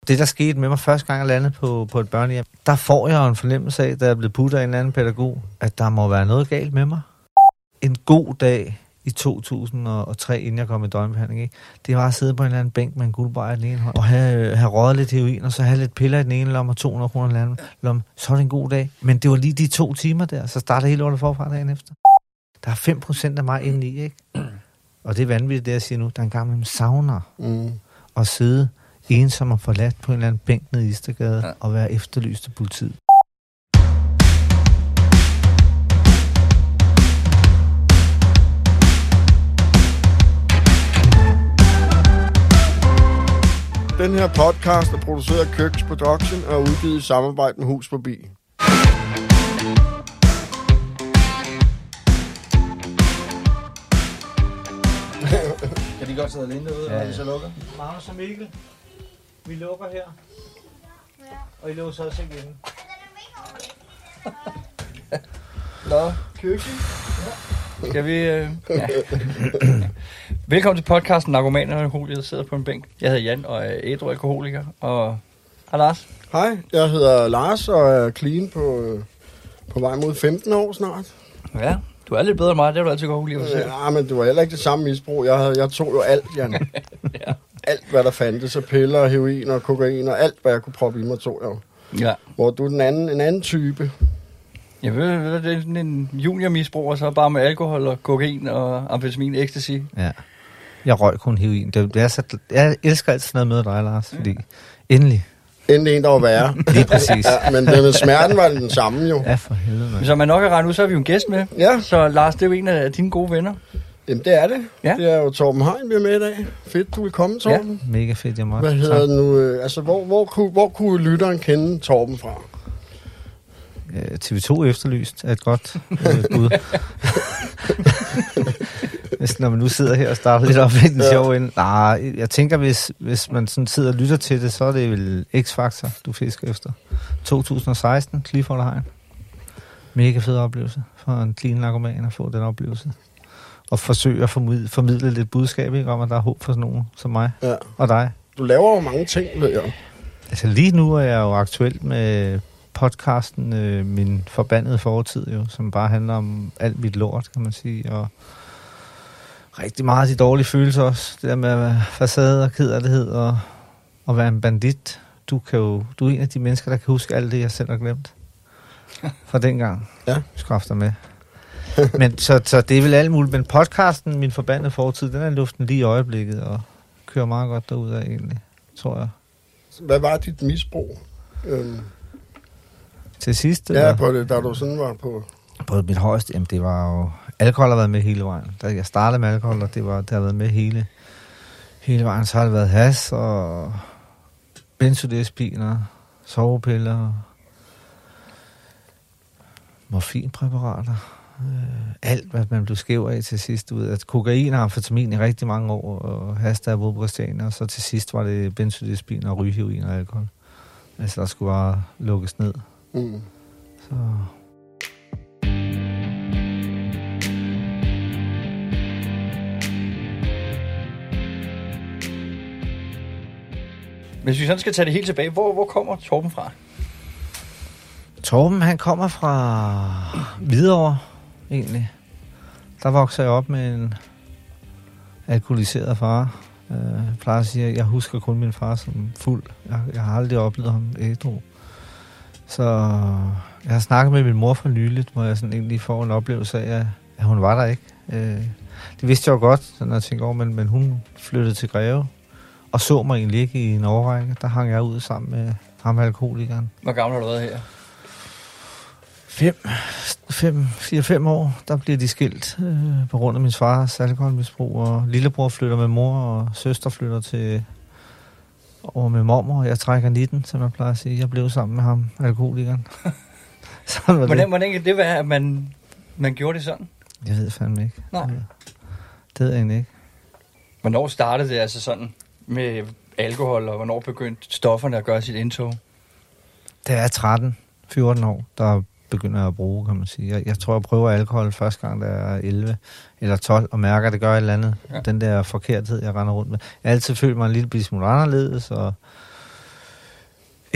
Det, der skete med mig første gang, jeg landede på et børnehjem, der får jeg en fornemmelse af, da jeg er blevet puttet af en anden pædagog, at der må være noget galt med mig. En god dag i 2003, inden jeg kom i døgnbehandling, ikke? Det var at sidde på en eller anden bænk med en guldbejer i den ene hånd, og have røget lidt heroin, og så have lidt piller i den ene lomme, og 200 kroner i den anden lomme. Så er det en god dag. Men det var lige de 2 timer der, så starter hele lortet forfra dagen efter. Der er 5% af mig inde i, ikke? Og det er vanvittigt, det jeg siger nu. Der er en gang, man savner at sidde ensom og forladt på en eller anden bænk nede i Istergade og være efterlyst af politiet. Den her podcast er produceret af Køks Production og er udgivet i samarbejde med Hus Forbi. Kan de godt sidde alene derude, når de så lukker? Magnus og Mikkel, vi lukker her. Og I låser også igen. Nå, Køkse. Skal vi... Ja. Velkommen til podcasten Narkomaner og Alkoholiker, der sidder på en bænk. Jeg hedder Jan og er ædru alkoholiker. Og Lars. Hej, jeg hedder Lars og er clean på vej mod 15 år snart. Ja, du er lidt bedre end mig, det har du altid godt lide at se. Ja, men det var heller ikke det samme misbrug. Jeg tog jo alt, Jan. Ja. Alt, hvad der fandtes, så piller, heroin og kokain og alt, hvad jeg kunne proppe i mig, tog jeg jo. Ja. Hvor du er en anden type. Jeg ved, det er sådan en juniormisbruger, så bare med alkohol og kokain og amfetamin, ecstasy. Ja. Jeg røg kun heroin. Jeg elsker altid sådan noget med dig, Lars, fordi endelig Endelig en, der var værre. Lige præcis. Ja, men det med smerten var den samme jo. Ja, for helvede. Man. Så man nok har regnet ud, så har vi jo en gæst med. Ja. Så Lars, det er jo en af dine gode venner. Jamen, det er det. Ja. Det er jo Torben Hein, vi er med i dag. Fedt, du vil komme, Torben. Ja, mega fedt, jeg måtte. Hvad hedder det nu? Altså, hvor kunne lytteren kende Torben fra? TV2 efterlyst er et godt bud. Når man nu sidder her og starter lidt op i den sjov ind. Nej, jeg tænker, hvis man sådan sidder og lytter til det, så er det vel X-Factor, du fisker efter. 2016, Clifford og Hein. Mega fed oplevelse for en clean narkoman at få den oplevelse. Og forsøge at formidle lidt budskab, ikke, om at der er håb for sådan nogen som mig og dig. Du laver jo mange ting, ved jeg. Altså lige nu er jeg jo aktuelt med podcasten Min Forbandede Fortid, jo, som bare handler om alt mit lort, kan man sige, og rigtig meget af de dårlige følelser også. Det der med at være facade og kederlighed og være en bandit. Du er en af de mennesker, der kan huske alt det, jeg selv har glemt fra dengang. Ja. Skræfter med. Men så det er vel alt muligt. Men podcasten Min Forbandede Fortid, den er i luften lige i øjeblikket, og kører meget godt derudad egentlig, tror jeg. Hvad var dit misbrug? Til sidst? Ja, på det, da du sådan var på... På mit højeste, jamen det var jo... Alkohol har været med hele vejen. Da jeg startede med alkohol, og det har været med hele vejen. Så har det været hash og benzodiazepiner, sovepiller, morfinpræparater. Alt, hvad man blev skæv af til sidst. At kokain og amfetamin i rigtig mange år, og hash, der er vodbristaner, og så til sidst var det benzodiazepiner, rygeheroin og alkohol. Altså, der skulle bare lukkes ned. Mm. Så... Hvis vi sådan skal tage det helt tilbage, hvor kommer Torben fra? Torben, han kommer fra Hvidovre, egentlig. Der vokser jeg op med en alkoholiseret far. Jeg plejer at sige, at jeg husker kun min far som fuld. Jeg har aldrig oplevet ham ædru. Så jeg har snakket med min mor for nyligt, hvor jeg sådan egentlig får en oplevelse af, at hun var der ikke. Det vidste jeg jo godt, når jeg tænkte over, men hun flyttede til Greve og så mig egentlig ikke i en årrække. Der hang jeg ud sammen med ham, alkoholikeren. Hvor gammel har du været her? 4-5 år, der bliver de skilt på grund af min fars alkoholmisbrug, og lillebror flytter med mor, og søster flytter over med mormor, og jeg trækker 19, som jeg plejer at sige. Jeg blev sammen med ham, alkoholikeren. Sådan var det. Hvordan kan det være, at man gjorde det sådan? Jeg ved fandme ikke. Nej. Det ved jeg egentlig ikke. Hvornår startede det altså sådan med alkohol, og hvornår begyndte stofferne at gøre sit indtog? Det er 13-14 år, der begynder jeg at bruge, kan man sige. Jeg tror, jeg prøver alkohol første gang, da jeg er 11 eller 12, og mærker, at det gør et eller andet. Ja. Den der forkerthed, jeg render rundt med. Jeg har altid følt mig en lille smule anderledes, og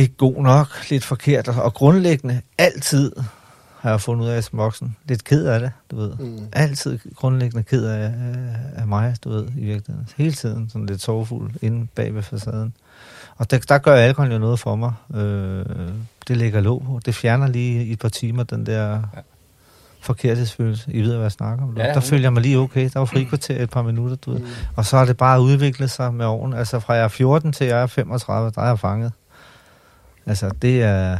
Ikke god nok, lidt forkert, og grundlæggende altid har jeg fundet ud af som voksen. Lidt ked af det, du ved. Altid grundlæggende ked af mig, du ved, i virkeligheden. Hele tiden sådan lidt sorgfuld inde bag ved facaden. Og der gør alkohol jo noget for mig. Det lægger låg på. Det fjerner lige i et par timer den der forkerthedsfølelse. I ved, hvad jeg snakker om. Der følger jeg mig lige okay. Der var frikvarter et par minutter, du ved. Og så har det bare udviklet sig med årene. Altså fra jeg er 14 til jeg er 35, der er jeg fanget. Altså det er...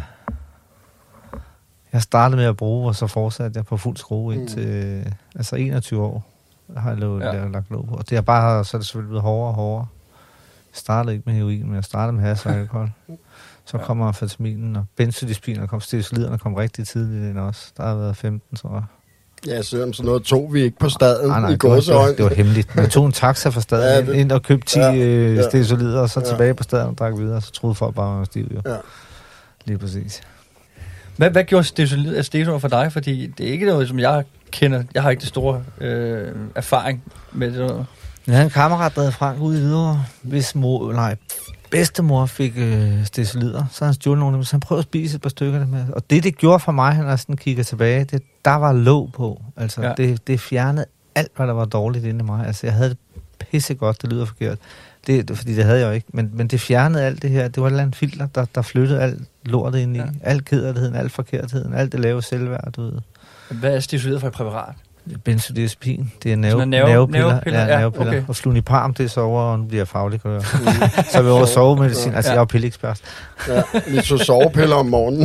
Jeg startede med at bruge, og så fortsatte jeg på fuld skrue indtil... Altså 21 år har jeg lagt låg på. Og det er bare... Så er det selvfølgelig blevet hårdere og hårdere. Jeg startede ikke med heroin, men jeg startede med hash og alkohol. Så kommer amfetaminen og benzodiazepiner, og steroiderne kom rigtig tidligt ind også. Der har været 15, tror jeg. Ja, sådan noget tog vi ikke på staden nej, i gåseøjne. Det var hemmeligt. Man tog en taxa fra staden ind og købte 10 steroider, og så tilbage på staden og drak videre. Så troede folk bare, at man var stiv, jo. Ja. Lige præcis. Hvad gjorde steroider for dig? Fordi det er ikke noget, som jeg kender. Jeg har ikke det store erfaring med det. Jeg havde en kammerat, der hed Frank ude i Hvidovre, hvis bedstemor fik steroider, så han stjålet nogle af dem, så han prøvede at spise et par stykker af dem. Og det gjorde for mig, når jeg sådan kigger tilbage, der var låg på. Altså, det fjernede alt, hvad der var dårligt inde i mig. Altså, jeg havde det pissegodt, det lyder forkert. Fordi det havde jeg jo ikke. Men det fjernede alt det her. Det var et eller andet filter, der flyttede alt lortet ind i. Ja. Alt kederligheden, alt forkertheden, alt det lave selvværd, du ved. Hvad er steroider for et præparat? Benzodiazepin, det er nervepiller. Nervepiller. Okay. Og flunipam, det er sover, og nu bliver jeg faglig. Så er vi over sovemedicin. Altså, jeg er jo pilleekspert. Ja, vi tog sovepiller om morgenen.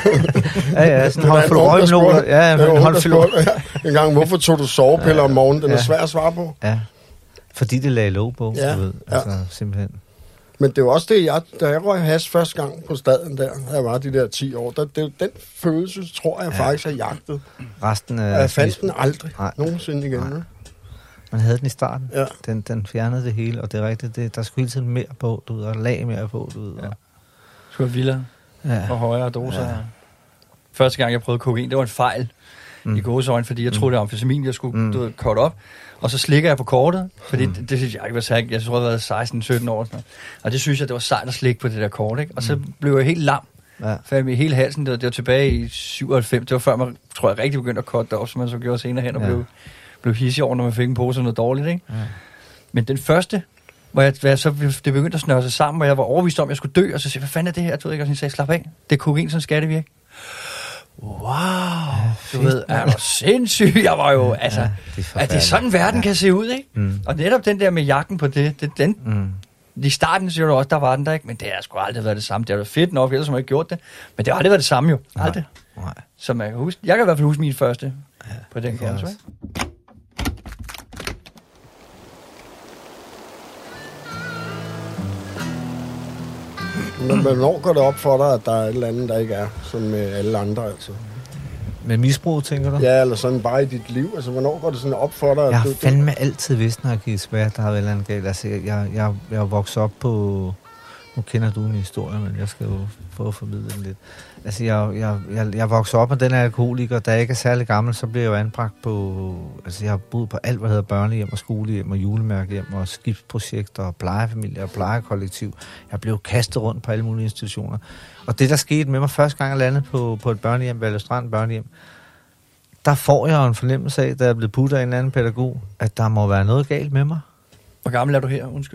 ja, sådan hold for røgmlål. Ja, hold for en gang, hvorfor tog du sovepiller om morgenen? Den er svær at svare på. Ja, fordi det lagde låg på, du ved. Altså, simpelthen. Men det var også det, da jeg røg hash første gang på staden der, jeg var de der 10 år, den følelse, tror jeg faktisk, jeg jagtede. Resten af... Jeg fandt den aldrig nogensinde igen. Nej. Man havde den i starten. Ja. Den fjernede det hele, og det er rigtigt. Der skulle hele tiden mere på, du ved, og lag mere på, du ved. Ja. Det skulle være vildere og højere doser. Ja. Første gang, jeg prøvede kokain, det var en fejl i gåseøjne, fordi jeg troede, det var amfetamin, jeg skulle korte op. Og så slikker jeg på kortet, fordi det synes jeg ikke var særligt. Jeg tror, jeg var 16-17 år. Og det synes jeg, det var sejt at slikke på det der kort, ikke? Og så blev jeg helt lam. Ja. For i hele halsen, det var tilbage i 97. Det var før man, tror jeg, rigtig begyndte at korte det op, som man så gjorde senere hen, og blev hissig over, når man fik en pose af noget dårligt, ikke? Ja. Men den første, hvor det begyndte at snøre sig sammen, og jeg var overbevist om, at jeg skulle dø, og så sagde hvad fanden er det her? Jeg ikke, og så sagde, slap af. Det er kokain, sådan skal det virke. Wow, du ved, er du sindssyg? Jeg var jo, altså, at det er sådan, verden kan se ud, ikke? Og netop den der med jagten på i starten siger du også, der var den der, ikke? Men det har sgu aldrig været det samme. Det har været fedt nok, ellers har man ikke gjort det. Men det har aldrig været det samme jo. Aldrig. Nej. Som jeg kan huske. Jeg kan i hvert fald huske min første på den konto, ikke? Men hvornår går det op for dig, at der er et eller andet, der ikke er, som med alle andre, altså? Med misbrug, tænker du? Ja, eller sådan bare i dit liv. Altså, hvornår går det sådan op for dig? Jeg har fandme altid vidst, når jeg gik tilbage, der har været et eller andet galt. Altså, jeg er vokset op på... Nu kender du min historie, men jeg skal jo få at formidle den lidt. Altså, jeg vokset op med den her alkoholiker, da jeg ikke er særlig gammel, så blev jeg jo anbragt på... Altså, jeg har boet på alt, hvad hedder børnehjem og skolehjem og julemærkehjem og skibsprojekter og plejefamilier og plejekollektiv. Jeg blev kastet rundt på alle mulige institutioner. Og det, der skete med mig første gang, jeg landede på et børnehjem, Vejle Strand børnehjem, der får jeg en fornemmelse af, da jeg blev puttet af en anden pædagog, at der må være noget galt med mig. Hvor gammel er du her? Undskyld.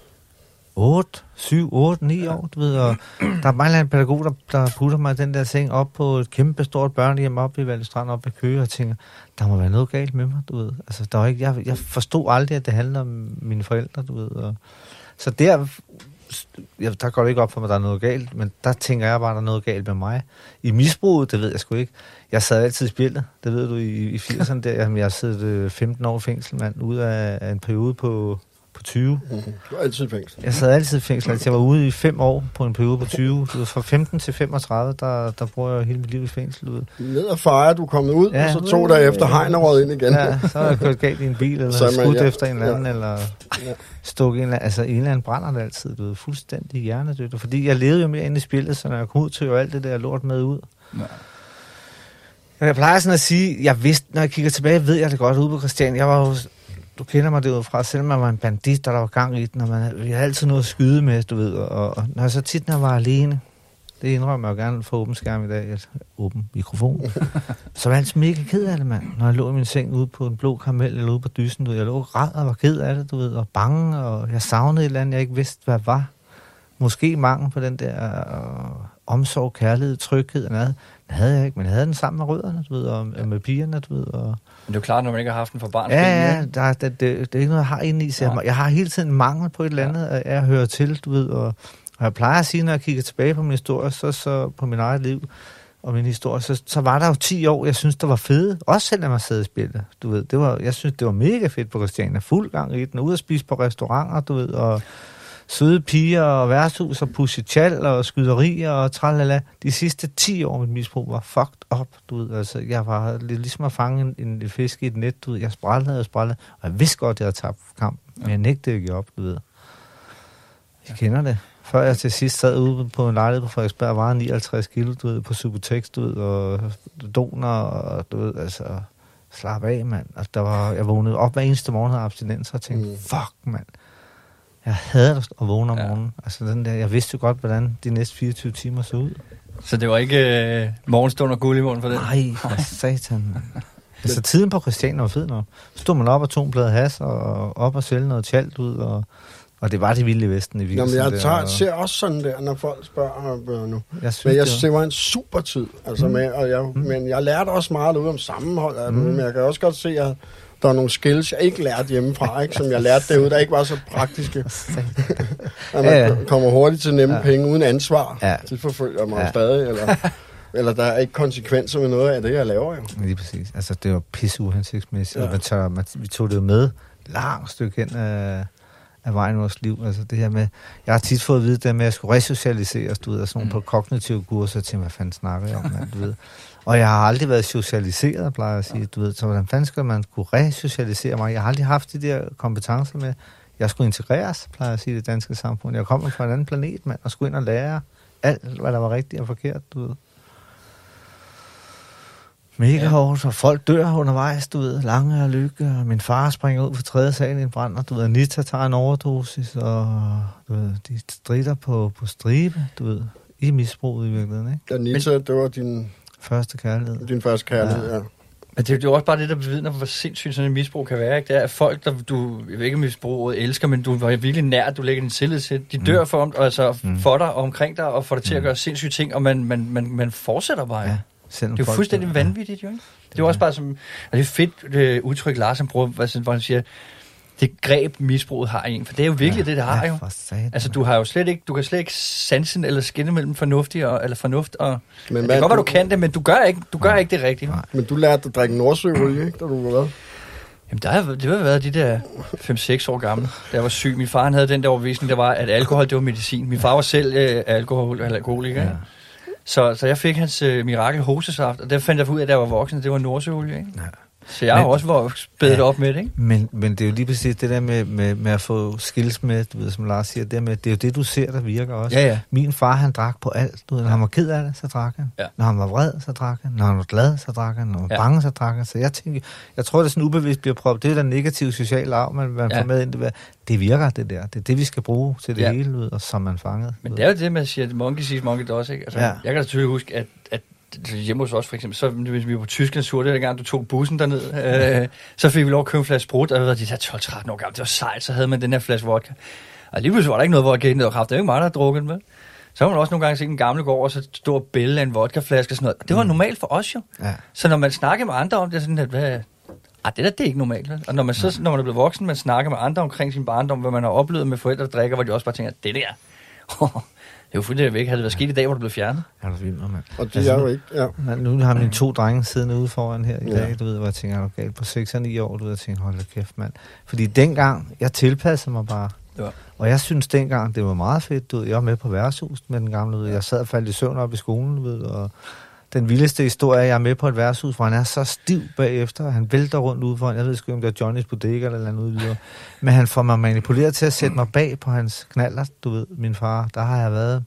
7, 8, 9 år, du ved, og der er bare en pædagog, der putter mig den der seng op på et kæmpe stort børnehjem op i Vejle Strand, op i Køge, og tænker, der må være noget galt med mig, du ved. Altså, der var ikke, jeg forstod aldrig, at det handler om mine forældre, du ved. Og, så der går det ikke op for mig, at der er noget galt, men der tænker jeg bare, at der er noget galt med mig. I misbruget, det ved jeg sgu ikke. Jeg sad altid i spjældet, det ved du, i 80'erne der. Jamen, jeg har siddet 15 år i fængsel, mand, ud af en periode på 20. Du var altid i fængsel. Jeg sad altid i fængsel. Altså, jeg var ude i 5 år på en periode på 20. Fra 15 til 35, der bruger jeg hele mit liv i fængsel. Ned og fejre, du er kommet ud, og så 2 dage efter hegnerød ind igen. Ja, så har jeg kørt galt i en bil, eller skudt efter en eller anden, eller stukket en eller anden. Altså, en eller anden brænder det altid, du ved, fuldstændig hjernedødt. Fordi jeg levede jo mere inde i spillet, så når jeg kom ud, tog jo alt det der lort med ud. Ja. Jeg plejer sådan at sige, jeg vidste, når jeg kigger tilbage, ved jeg det godt ude på Christian. Jeg var jo... Du kender mig derudfra, selvom man var en bandit, der var gang i den, og vi havde altid noget at skyde med, du ved. Og når jeg så tit, når jeg var alene, Det indrømmer jeg jo gerne for åben skærm i dag. Åben mikrofon. Så var jeg altid mega ked af det, mand. Når jeg lå i min seng ude på en blå karamel, eller ude på dysen, du ved. Jeg lå ræd og var ked af det, du ved, og bange, og jeg savnede et eller andet, jeg ikke vidste, hvad var. Måske mangel på den der omsorg, kærlighed, tryghed og noget. Det havde jeg ikke, men jeg havde den sammen med rødderne, du ved, og med pigerne, du ved. Og... Men det er jo klart, når man ikke har haft den for barn. Ja, det er ikke noget, jeg har inde i sig. Jeg har hele tiden mangel på et eller andet, jeg hører til, du ved, og jeg plejer at sige, når jeg kigger tilbage på min historie, så på min eget liv og min historie, så var der jo 10 år, jeg synes, der var fede. Også selvom jeg sad i spillet, du ved. Jeg synes, det var mega fedt på Christiania. Fuld gang i den, ude at spise på restauranter, du ved, og søde piger og værtshus og pushechal og skyderier og tralala. De sidste 10 år mit misbrug var fucked up, du ved. Altså, jeg var ligesom at fange en fisk i et net, du ved. Jeg sprællede, og jeg vidste godt, at jeg havde tabt kampen, men jeg nægtede ikke op, du ved. Jeg kender det. Før jeg til sidst sad ude på en lejlighed på Frederiksberg, var 59 kilo, du ved, på Subutex, du ved, og doner, og du ved, altså, slap af, mand. Altså, jeg vågnede op hver eneste morgen og havde abstinenser og tænkte, fuck, mand. Jeg havde at vågne om morgenen. Altså, jeg vidste jo godt, hvordan de næste 24 timer så ud. Så det var ikke morgenstund og guld i morgen for det? Nej, for satan, mand. Altså, tiden på Christiania var fed nok. Så stod man op og tog en plade has, og op og sælge noget tjalt ud, og det var det vilde Vesten i virkeligheden. Jamen, jeg ser også sådan der, når folk spørger nu. Jeg synes, det var en super tid. Altså, men jeg lærte også meget ud om sammenhold. Men jeg kan også godt se, at der er nogle skills, jeg ikke lærte hjemmefra, ikke, som jeg lærte derude, der ikke var så praktiske. At man kommer hurtigt til nemme penge uden ansvar. Ja. Det forfølger mig stadig, eller der er ikke konsekvenser med noget af det, jeg laver. Jo. Lige præcis. Altså, det var pisse uhensigtsmæssigt. Ja. Vi tog det med langt stykke hen af vejen i vores liv. Altså det her med, jeg har tit fået at vide det med, at jeg skulle resocialiseres, du ved, og sådan nogle på kognitive kurser til, hvad fanden snakker jeg om, man, du ved. Og jeg har aldrig været socialiseret, plejer jeg at sige, du ved, så hvordan fanden skal man skulle resocialisere mig? Jeg har aldrig haft de der kompetencer med, jeg skulle integreres, plejer jeg at sige, i det danske samfund. Jeg kommer fra en anden planet, mand, og skulle ind og lære alt, hvad der var rigtigt og forkert, du ved. Mega hårdt, og folk dør undervejs, du ved, Lange og Lykke, og min far springer ud på 3. sal i en brand, og du ved, Anita tager en overdosis, og du ved, de strider på stribe, du ved, i misbruget i virkeligheden, ikke? Anita, det var din første kærlighed. Din første kærlighed, ja. Men det er jo også bare det, der bevidner, hvor sindssygt sådan en misbrug kan være, ikke? Det er, at folk, der du, jeg ved ikke, misbruget elsker, men du var virkelig nær, du lægger din tillid til, de dør for dig og omkring dig, og får dig til at gøre sindssyge ting, og man fortsætter bare. Ja. Det er jo fuldstændig vanvittigt, jo ikke? Det er jo også bare som... Og det er fedt udtryk, Lars han bruger, hvor han siger, det greb misbruget har en. For det er jo virkelig det har jo. Altså, du har jo slet ikke sansen eller skinne mellem fornuft og... Men det kan godt være, du kan det, men du gør ikke det rigtigt. Men du lærte at drikke nordsøolie, ikke? Da du var hvad? Jamen, det har været de der 5-6 år gamle, da jeg var syg. Min far han havde den der overbevisning, der var, at alkohol, det var medicin. Min far var selv alkoholiker, ja. Så jeg fik hans mirakel hosesaft, og der fandt jeg ud af, at jeg var voksen, det var nordsøolie, ikke? Ja. Så jeg har også spædet op med det, ikke? Men det er jo lige præcis det der med at få skills med, du ved, som Lars siger, det er jo det, du ser, der virker også. Ja. Min far, han drak på alt. Du ved, når han var ked af det, så drak han. Ja. Når han var vred, så drak han. Når han var glad, så drak han. Når han var bange, så drak han. Så jeg tror, det er sådan ubevidst bliver prøvet. Det er den negative sociale arv, man får med ind. Det virker, det der. Det er det, vi skal bruge til det hele, ud, og som man fangede. Men det er jo det, man siger, monkey sees, monkey does, ikke? Altså, jeg kan da tydeligt huske, at hjemme hos os for eksempel, så hvis vi var på Tyskland sur, det gang du tog bussen derned, så fik vi lov at købe en flaske sprut, og de der 12-13 år gamle, det var sejt, så havde man den her flaske vodka. Og lige pludselig var der ikke noget vodka, det var kraft, det var ikke meget, der havde drukket med. Så har man også nogle gange set en gamle gå over, og så stod og bælle af en vodkaflaske og sådan noget. Og det var normalt for os jo. Ja. Så når man snakker med andre om det, sådan at, det er ikke normalt. Vel? Og når man er blevet voksen, man snakker med andre omkring sin barndom, hvad man har oplevet med forældre, der drikker, hvor de også bare tænker, det der, det er jo fuldstændig væk. Havde det været skidt i dag, hvor det blev fjernet? Ja, det er vildt, mand. Og det er jo ikke, ja. Nu har mine 2 drenge siddende ude foran her i dag, du ved, hvor jeg tænker, er galt på 6 og 9 år, du ved, jeg tænker, hold da kæft, mand. Fordi dengang, jeg tilpassede mig bare. Ja. Og jeg synes dengang, det var meget fedt, du ved. Jeg var med på værtshus med den gamle, du ved. Jeg sad og faldt i søvn op i skolen, du ved, og den vildeste historie, jeg er med på et værtshus, hvor han er så stiv bagefter, og han vælter rundt ude foran. Jeg ved sgu ikke, om det er Johnny's Bodega eller noget videre. Men han får mig manipuleret til at sætte mig bag på hans knallert, du ved, min far. Der har jeg været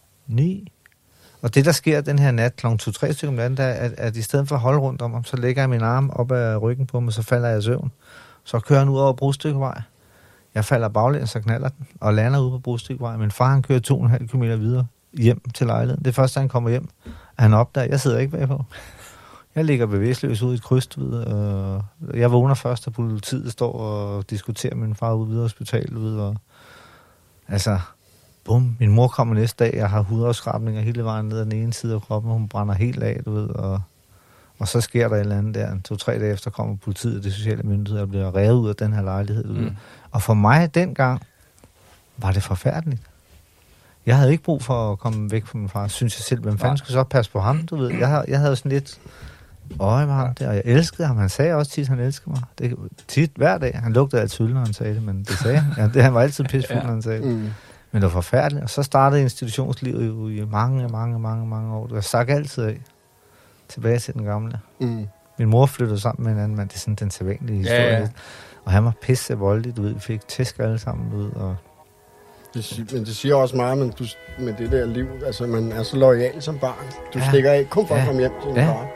9. Og det, der sker den her nat kl. 2-3 stykker om natten, er, at i stedet for at holde rundt om ham, så lægger jeg min arm op ad ryggen på ham, og så falder jeg i søvn. Så kører han ud over Brostykvej. Jeg falder baglæns og knaller den, og lander ude på Brostykvej. Min far, han kører 2,5 km videre hjem til lejligheden. Det er første, han kommer hjem, at han opdager, jeg sidder ikke bagpå. Jeg ligger bevidstløs ude i et kryds, jeg vågner først, og politiet står og diskuterer med min far ude ved hospitalet, og altså, bum, min mor kommer næste dag, jeg har hudafskrabninger hele vejen ned ad den ene side af kroppen, hun brænder helt af, og så sker der et eller andet der. 2-3 dage efter kommer politiet og det sociale myndigheder og bliver revet ud af den her lejlighed. Og for mig dengang var det forfærdeligt. Jeg havde ikke brug for at komme væk fra min far, synes jeg selv. Hvem fanden skulle så passe på ham, Jeg havde sådan lidt øje med ham der, og jeg elskede ham. Han sagde også tit, han elskede mig. Det tit hver dag. Han lugtede altid øl, når han sagde det, men det sagde han. Ja, han var altid pissefuld, når han sagde det. Men det var forfærdeligt. Og så startede institutionslivet jo i mange år. Jeg stak altid af. Tilbage til den gamle. Min mor flyttede sammen med en anden mand. Det er sådan den sædvanlige historie. Ja. Og han var pisse voldelig, Vi fik tæsk alle sammen ud. Og men det siger også meget, med det der liv. Altså, man er så loyal som barn. Du stikker af kun for at komme hjem til din far.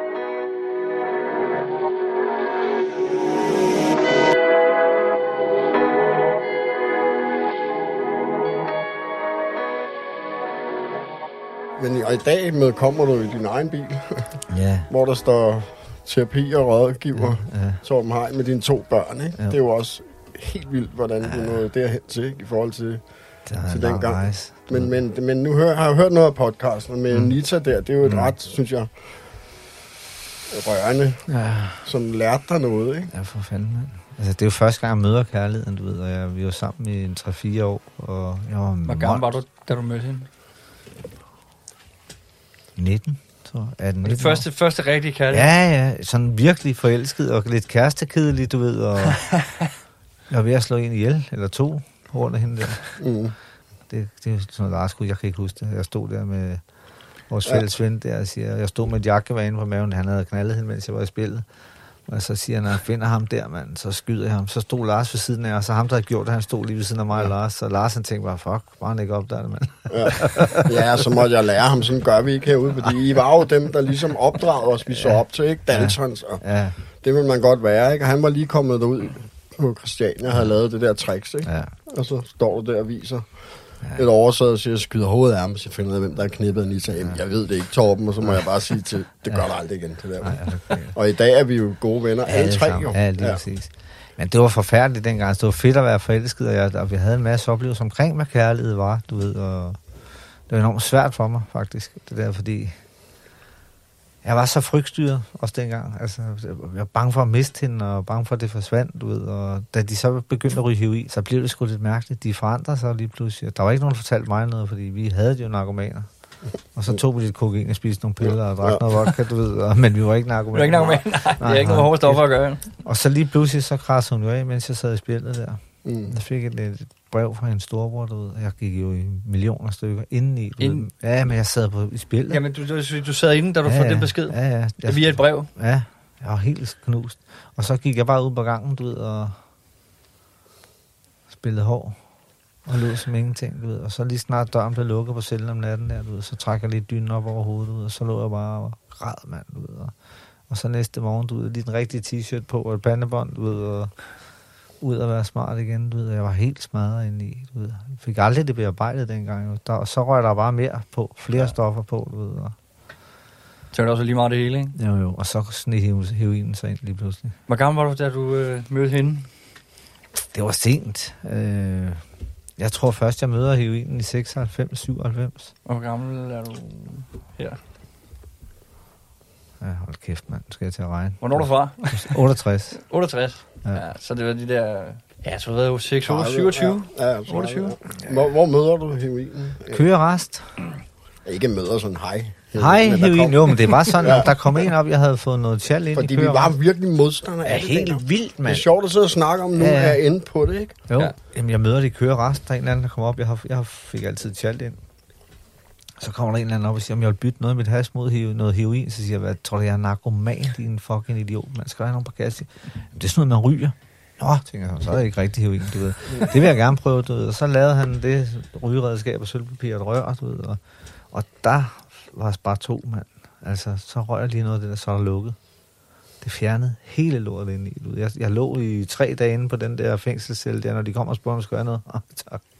Men og i dag kommer du i din egen bil, hvor der står terapi og rådgiver Torben Hein med dine 2 børn. Ikke? Det er jo også helt vildt, hvordan du nåede derhen til, ikke? I forhold til den gang. Men nu har jeg hørt noget af podcasten med Nita der. Det er jo et ret, synes jeg, rørende, som lærte dig noget. Ikke? Ja, for fanden, mand. Altså, det er jo første gang, jeg møder kærligheden, og vi var sammen i 3-4 år. Og jeg var hvor gammel var du, da du mødte hende? 19, tror jeg. 18, det første rigtige kærlighed? Ja, sådan virkelig forelsket og lidt kærestekedeligt, og jeg var ved at slå en ihjel, eller 2, på grund af hende der. Det er sådan noget jeg kan ikke huske det. Jeg stod der med vores fælles ven der og siger, jeg stod med et jakkevær inde på maven, han havde knaldet hende, mens jeg var i spillet. Og så siger han, når jeg finder ham der, mand, så skyder jeg ham. Så stod Lars ved siden af, og så ham, der havde gjort det, han stod lige ved siden af mig og Lars. Så Lars, han tænkte bare, fuck, bare han ikke opdager det, mand. Ja, så måtte jeg lære ham, sådan gør vi ikke herude, fordi I var jo dem, der ligesom opdragede os, vi så op til, ikke? Daltons, og det vil man godt være, ikke? Og han var lige kommet derud på Christiania og havde lavet det der tricks, ikke? Ja. Og så står du der og viser et oversædet og siger, jeg skyder hovedet af ham, så jeg finder ud af, hvem der har knippet Anita. Jamen, jeg ved det ikke, Torben, og så må jeg bare sige til, det gør der aldrig igen til det. Og i dag er vi jo gode venner, alle 3 jo. Ja, lige præcis. Men det var forfærdeligt dengang, det var fedt at være forelsket, og vi havde en masse oplevelser omkring, hvad kærlighed var, og det var enormt svært for mig, faktisk, det der, fordi jeg var så frygtstyret også dengang. Altså, jeg var bange for at miste hende, og bange for, at det forsvandt, og da de så begyndte at ryge heroin, så blev det sgu lidt mærkeligt. De forandrede sig lige pludselig. Der var ikke nogen, der fortalte mig noget, fordi vi havde jo narkomaner. Og så tog vi lidt kokain og spiste nogle piller og drak noget vodka, men vi var ikke narkomaner. Vi var ikke narkomaner, nej. Det er ikke noget hårde stoffer at gøre. Og så lige pludselig, så krassede hun jo af, mens jeg sad i spillet der. Jeg fik et brev fra en storebror derude, og jeg gik jo i millioner stykker indeni. Ja, men jeg sad i spillet. Jamen, du sad inde, da du fik den besked? Ja. Via et brev? Ja, jeg var helt knust. Og så gik jeg bare ud på gangen, og spillede hår. Og lød som ingenting, Og så lige snart døren blev lukket på cellen om natten der, så trak jeg lidt dynen op over hovedet, og så lå jeg bare og græd, mand, Og så næste morgen, lige den rigtige t-shirt på, og et bandebånd, og ud at være smart igen, og jeg var helt smadret inde i, Jeg fik aldrig det bearbejdet dengang, og så røg der bare mere på, flere stoffer på, og så var det også lige meget det hele, ikke? Jo, og så sneg heroinen sig ind lige pludselig. Hvor gammel var du, da du mødte hende? Det var sent. Jeg tror først, jeg møder heroinen i 96-97. Hvor gammel er du her? Ja, hold kæft, mand. Skal jeg til at regne. Hvornår er du fra? 68. 68? Ja, så det var de der... Ja, så var det jo 6, 27? Ja, 28. Hvor møder du heroinen? Køgerest. Ikke møder sådan hej. Hej, heroin. Jo, men det var sådan, at der kom en op, jeg havde fået noget tjal ind fordi i køgerest. Fordi vi var virkelig modstandere af det. Helt vildt, mand. Det er sjovt at sidde og snakke om nu, er jeg inde på det, ikke? Jo, jamen, jeg møder det i køgerest. Der er en eller anden, der kommer op. Jeg fik altid tjal ind. Så kommer der en eller anden op og siger, om jeg vil bytte noget med et hash mod noget heroin. Så siger jeg, hvad tror du, jeg er narkoman, din fucking idiot. Man skal have nogen på kasse. Det er sådan noget, man ryger. Nå, tænker jeg, så er det ikke rigtig heroin, du ved. Det vil jeg gerne prøve, du ved. Og så lavede han det rygeredskab og sølvpapir og et rør, du ved. Og der var bare 2, mand. Altså, så røg jeg lige noget af det der, så er der lukket. Det fjernede hele lortet ind i. Jeg lå i 3 dage inde på den der fængselscelle der, når de kom og spurgte, om jeg skulle have noget. Tak.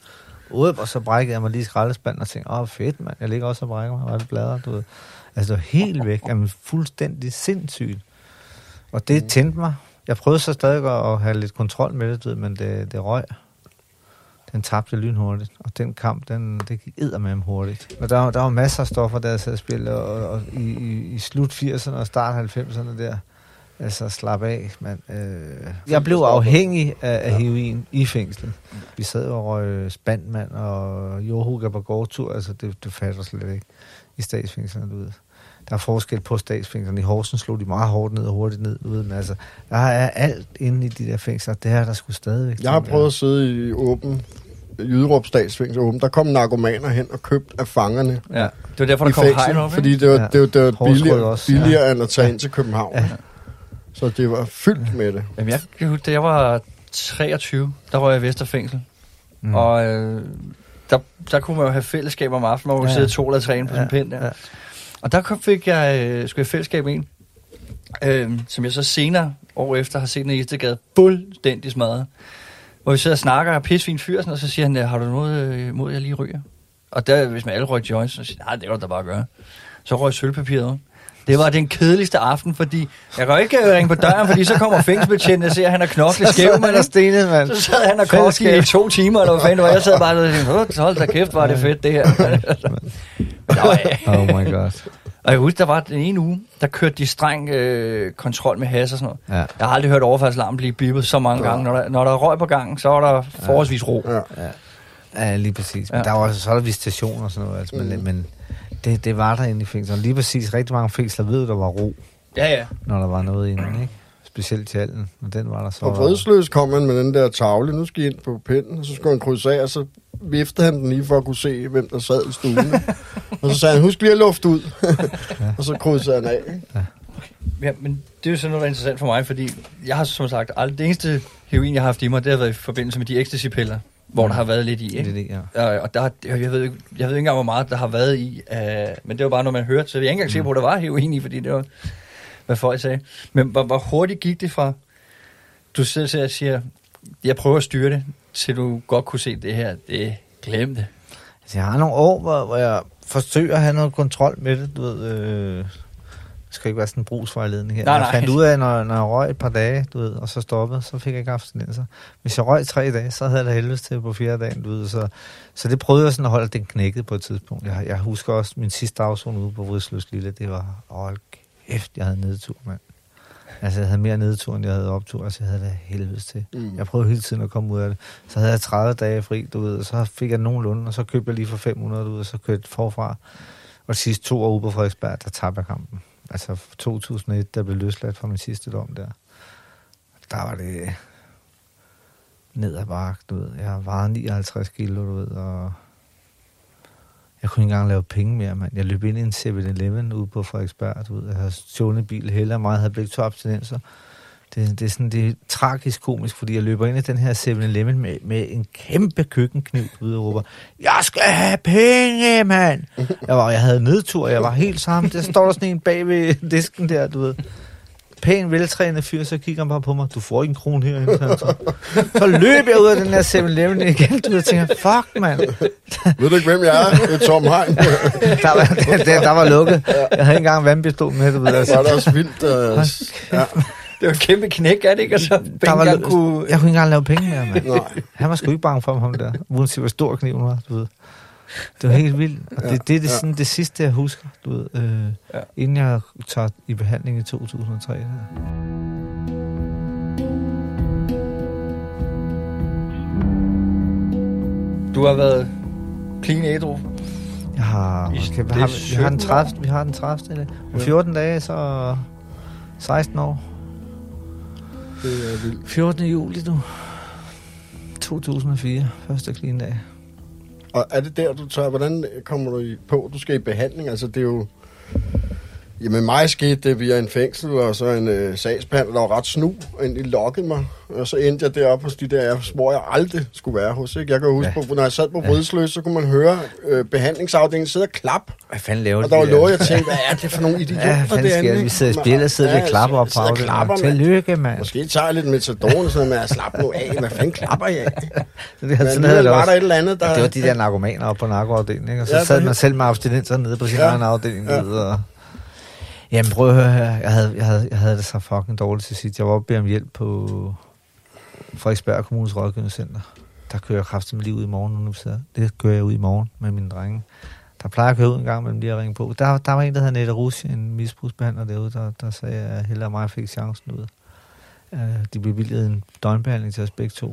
Og så brækkede jeg mig lige i skraldespanden og tænkte, fedt, mand. Jeg ligger også og brækker mig. Var det bladre, du ved. Altså, det var helt væk. Jamen, fuldstændig sindssygt. Og det tændte mig. Jeg prøvede så stadig at have lidt kontrol med det, du ved, men det røg. Den tabte lynhurtigt. Og den kamp, det gik eddermame hurtigt. Og der var masser af stoffer, der jeg sad og spillede. Og i slut 80'erne og start 90'erne der. Altså, slap af, mand. Jeg blev afhængig af heroin i fængslen. Vi sad og røg spandmand og johuga på gårdtur. Altså, det fatter slet ikke i statsfængslerne, du ved. Der er forskel på statsfængslerne. I Horsens slog de meget hårdt ned og hurtigt ned, du ved. Men altså, der er alt inde i de der fængsler. Det her, der skulle stadigvæk. Jeg har prøvet at sidde i åben Jyderup statsfængsel åben. Der kom narkomaner hen og købte af fangerne. Ja, det var derfor, der kom hegn op, fordi det var billigere end at tage ind til København. Ja. Så det var fyldt med det. Jamen, jeg kan huske, da jeg var 23, der var jeg i Vesterfængsel. Og der kunne man jo have fællesskab om aftenen, hvor man sidde 2 eller 3 inde på sådan en pind der. Ja. Og der skulle jeg fællesskab ind, som jeg så senere, år efter, har set den i Istegade fuldstændig smadret. Hvor vi sidder og snakker og pissefin fyr, og så siger han, har du noget imod, jeg lige ryger? Og der, hvis man alle røg joints, så siger nej, det kan du da bare gøre. Så røg sølvpapiret om. Det var den kedeligste aften, fordi jeg kan ikke ringe på døren, fordi så kommer fængselsbetjenten og ser, at han er knoklet skæv, mand. Så sad han og kokte i 2 timer, eller hvad fanden, og jeg sad bare og tænkte, hold da kæft, var det fedt, det her. Oh my god. Og jeg husker, der var den ene uge, der kørte de streng kontrol med hash og sådan noget. Ja. Jeg har aldrig hørt overfaldsalarmen blive bippet så mange gange. Når der er røg på gangen, så var der forholdsvis ro. Ja, lige præcis. Men der var så er der visitation og sådan noget, altså, men det var der inde i fængslerne. Lige præcis, rigtig mange fængsler ved, der var ro. Ja. Når der var noget inde, ikke? Specielt til Allen, og den var der så. Og fredsløs kom man med den der tavle, nu skal I ind på pinden, og så skulle han krydse af, og så viftede han den lige for at kunne se, hvem der sad i stuen. Og så sagde han, husk lige at lufte ud. Og så krydsede han af. Ja, men det er jo sådan noget, der er interessant for mig, fordi jeg har som sagt aldrig, det eneste heroin, jeg har haft i mig, det har været i forbindelse med de ecstasy-piller, hvor der har været lidt i, ikke? Det, ja. Og der, jeg ved ikke engang, hvor meget der har været i, men det var bare noget, man hørte, så jeg er ikke engang sikker på, at der var heroin i, fordi det var, hvad folk sagde. Men hvor hurtigt gik det fra, du selv siger, jeg prøver at styre det, til du godt kunne se det her, det glem det. Altså, jeg har nogle år, hvor jeg forsøger at have noget kontrol med det, du ved, det skal ikke være sådan en brugsvejledning her. Jeg fandt ud af, når jeg røg et par dage, du ved, og så stoppede, så fik jeg ikke abstinenser. Hvis jeg røg 3 dage, så havde jeg da helvedes til på 4. dagen, du ved, så det prøvede jeg sådan at holde den knækket på et tidspunkt. Jeg husker også min sidste afson ude på Vridsløs Lille, det var, kæft, jeg havde nedtur, mand. Altså, jeg havde mere nedtur, end jeg havde optur, altså jeg havde det helvedes til. Jeg prøvede hele tiden at komme ud af det. Så havde jeg 30 dage fri, du ved, og så fik jeg nogenlunde, og så købte jeg lige for 500, du ved, og så kørte jeg forfra. Og de sidste 2 år ude på Frederiksberg, der tabte jeg kampen. Altså 2001, der blev løsladt fra min sidste dom der. Der var det ned ad bakke, du ved. Jeg vejede 59 kilo, du ved, og jeg kunne ikke engang lave penge mere, mand. Jeg løb ind i en 7-Eleven ude på Frederiksberg, du ved. Jeg havde stjålet bil, Helle og mig havde begge 2 abstinenser. Det er sådan, det er tragisk komisk, fordi jeg løber ind i den her 7-Eleven med en kæmpe køkkenkniv ude og råber, jeg skal have penge, mand! Jeg havde nedtur, jeg var helt sammen. Der står der sådan en bag ved disken der, du ved. Pæn, veltrænet fyr, så kigger han bare på mig. Du får ikke en krone herinde. Så løb jeg ud af den her 7-Eleven igen, du ved, og tænker, fuck, mand. Ved du ikke, hvem jeg er? Det er Tom Hein. der var lukket. Jeg havde ikke engang vandpistol med, du ved. Altså. Var det også vildt? Ja. Det var et kæmpe knæk, er det ikke? Og så jeg kunne ikke engang lave penge mere, mand. Han var sgu ikke bange for ham der. Uanset hvor stor kniven var, du ved. Det var helt vildt. Og det er sådan det sidste, jeg husker, du ved. Inden jeg tager i behandling i 2003. Du har været clean ædru. Vi har den 30. Om 14 dage, så 16 år. Det er vildt. 14. juli, du. 2004. Første clean dag. Og er det der, du tager, hvordan kommer du på, du skal i behandling? Altså, det er jo Jamen mig skete det via en fængsel, og så en sagsbehandler, der var ret snu, og egentlig lokkede mig. Og så endte jeg deroppe hos de der, hvor jeg aldrig skulle være hos. Ikke? Jeg kan huske, når jeg sad på Vridsløs, så kunne man høre behandlingsafdelingen sidde og klappe. Hvad fanden laver de? Og der var noget, jeg tænkte, hvad er det for nogle idioter derinde? Vi sidder i spil og sidder og klapper op på afdelingen. Tillykke, mand. Måske tager jeg lidt metadon og sådan noget med at slappe nu af. Hvad fanden klapper jeg af? Men var der et eller andet, der... Det var de der narkomaner oppe på narkoafdelingen, og så sad man selv med abstinenser nede på sin egen afdeling. Jamen prøv at høre her, jeg havde det så fucking dårligt til sidst. Jeg var oppe og bede om hjælp på Frederiksberg Kommunes rådgivningscenter. Der kører jeg kraftigt med lige ud i morgen. Det kører jeg ud i morgen med mine drenge. Der plejer jeg at køre ud en gang mellem lige at ringe på. Der var en, der hed Nette Rusch, en misbrugsbehandler derude, der sagde, at Helle og mig fik chancen ud. De bevilgede en døgnbehandling til os begge to.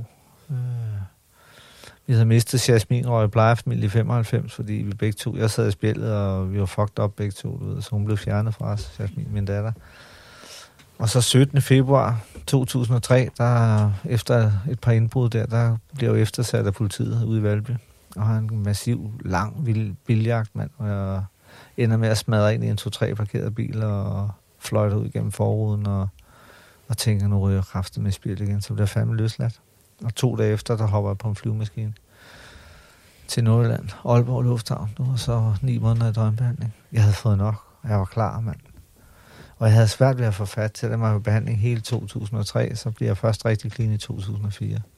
Vi havde mistet Jasmin Røg plejefamilie i 95, fordi vi begge to, jeg sad i spjældet, og vi var fucked up begge to, så hun blev fjernet fra os, Jasmin, min datter. Og så 17. februar 2003, der efter et par indbrud der blev jeg eftersat af politiet ude i Valby, og har en massiv, lang biljagt, mand, og jeg ender med at smadre ind i en 2-3 parkerede biler, og fløjter ud gennem forruden, og tænker, nu ryger jeg kraftigt med spjæld igen, så bliver jeg fandme løsladt. Og 2 dage efter, der hopper jeg på en flyvemaskine til Nordjylland, Aalborg Lufthavn. Det var så 9 måneder i døgnbehandling. Jeg havde fået nok, og jeg var klar, mand. Og jeg havde svært ved at få fat til det. Med behandling hele 2003, så bliver jeg først rigtig clean i 2004. Jeg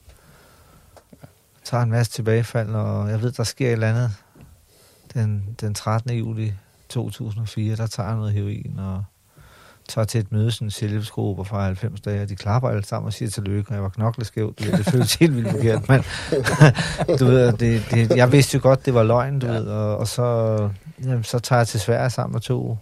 tager en masse tilbagefald, og jeg ved, der sker et eller andet. Den 13. juli 2004, der tager jeg noget heroin, og tager til et møde, sådan en selvhjælpsgruppe fra 90 dage, og de klapper alle sammen og siger tillykke, og jeg var knokleskæv. Det føltes helt vildt forkert, men du ved, jeg vidste jo godt, det var løgn, du ved, og så tager jeg til Sverige sammen med 2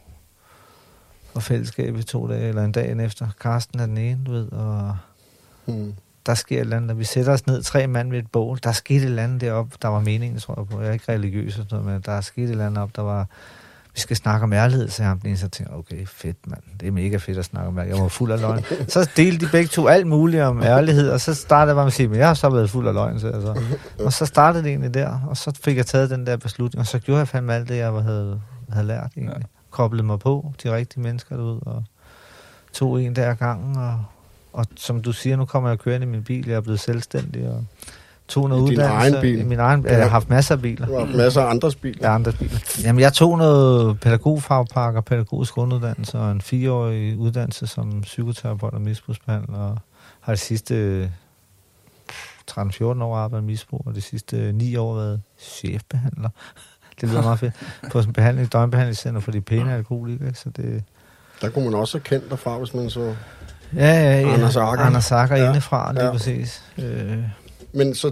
og fællesskab i 2 dage, eller en dag efter. Karsten er den ene, du ved, og der sker et eller andet, og vi sætter os ned, 3 mand ved et bål, der skete et eller andet deroppe, der var meningen, tror jeg på. Jeg er ikke religiøs og sådan noget, men der skete et eller andet op, der var... Vi skal snakke om ærlighed, så jeg tænkte, okay, fedt, mand. Det er mega fedt at snakke om ærlighed. Jeg var fuld af løgn. Så delte de begge to alt muligt om ærlighed, og så startede jeg bare med at sige, men jeg har så været fuld af løgn. Så. Og så startede det egentlig der, og så fik jeg taget den der beslutning, og så gjorde jeg fandme alt det, jeg havde lært egentlig. Koblede mig på de rigtige mennesker derud, og tog en der gangen, og som du siger, nu kommer jeg kørende i min bil, jeg er blevet selvstændig, og tog noget uddannelse. I min egen bil? Jeg har haft masser af biler. Du har haft masser af andres biler. Ja, andres biler. Jamen, jeg tog noget pædagogfagpakke og pædagogisk grunduddannelse, og en 4-årig uddannelse som psykoterapeut og misbrugsbehandler, og har de sidste 13-14 år arbejdet med misbrug, og de sidste 9 år været chefbehandler. Det lyder meget fedt. På sådan en døgnbehandlingscenter for de pæne alkoholikere, så det... Der kunne man også have kendt derfra, hvis man så... Ja. Anders Akker indefra, lige præcis. Men så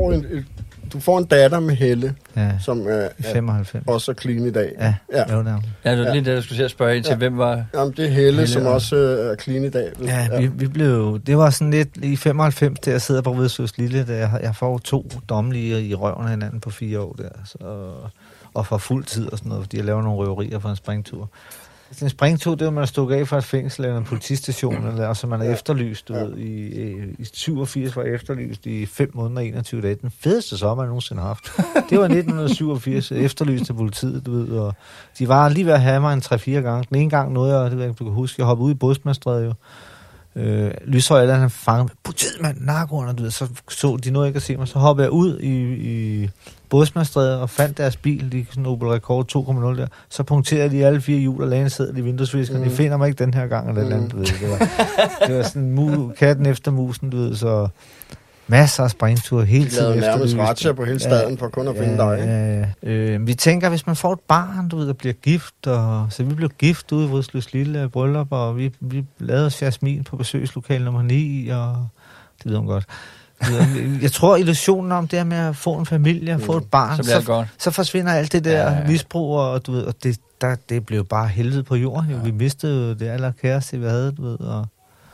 du får en datter med Helle, som er 95. Også er clean i dag. Ja. Det var lige det, jeg skulle sige at spørge ind til, hvem var... Jamen, det er Helle, som også er clean i dag. Ja, vi blev... Det var sådan lidt i 95, der jeg sidder på Vridsløs Lille, der jeg får 2 dommelige i røven af hinanden på 4 år der, og for fuld tid og sådan noget, fordi jeg laver nogle røverier for en springtur. En springtur, det var, man har stukket af fra et fængsel eller en politistation, eller så man er efterlyst, du ved, i 87 var efterlyst i 5 måneder og 21 dage. Den fedeste sommer, jeg nogensinde har haft. Det var 1987, efterlyst til politiet, du ved, og de var lige ved at have mig en 3-4 gange. Den ene gang nåede jeg, det ved jeg, du kan huske, jeg hoppede ud i Bådsmandsstræde jo. Lyshøj, han fangede politiet, mand, narkoerne, du ved, så de nåede ikke at se mig, så hoppede jeg ud i Bådsmandsstræde og fandt deres bil, de sådan Opel Rekord 2.0 der, så punkterede de alle 4 hjul og lagde sidder i vinduesviskerne, de finder mig ikke den her gang, eller andet, du ved, det var sådan katten efter musen, du ved, så masser af springture hele tiden. De lavede nærmest retsjer på hele staden for kun at finde dig. Vi tænker, hvis man får et barn, du ved, der bliver gift, og så vi blev gift ude i Vridsløs Lille bryllup, og vi lavede os Jasmin på besøgslokal nummer 9, og det ved hun godt. Jeg tror, illusionen om det her med at få en familie og få et barn, så forsvinder alt det der misbrug, og du ved, og det blev bare helvede på jorden. Jo. Vi mistede det allerkæreste, vi havde, du ved, og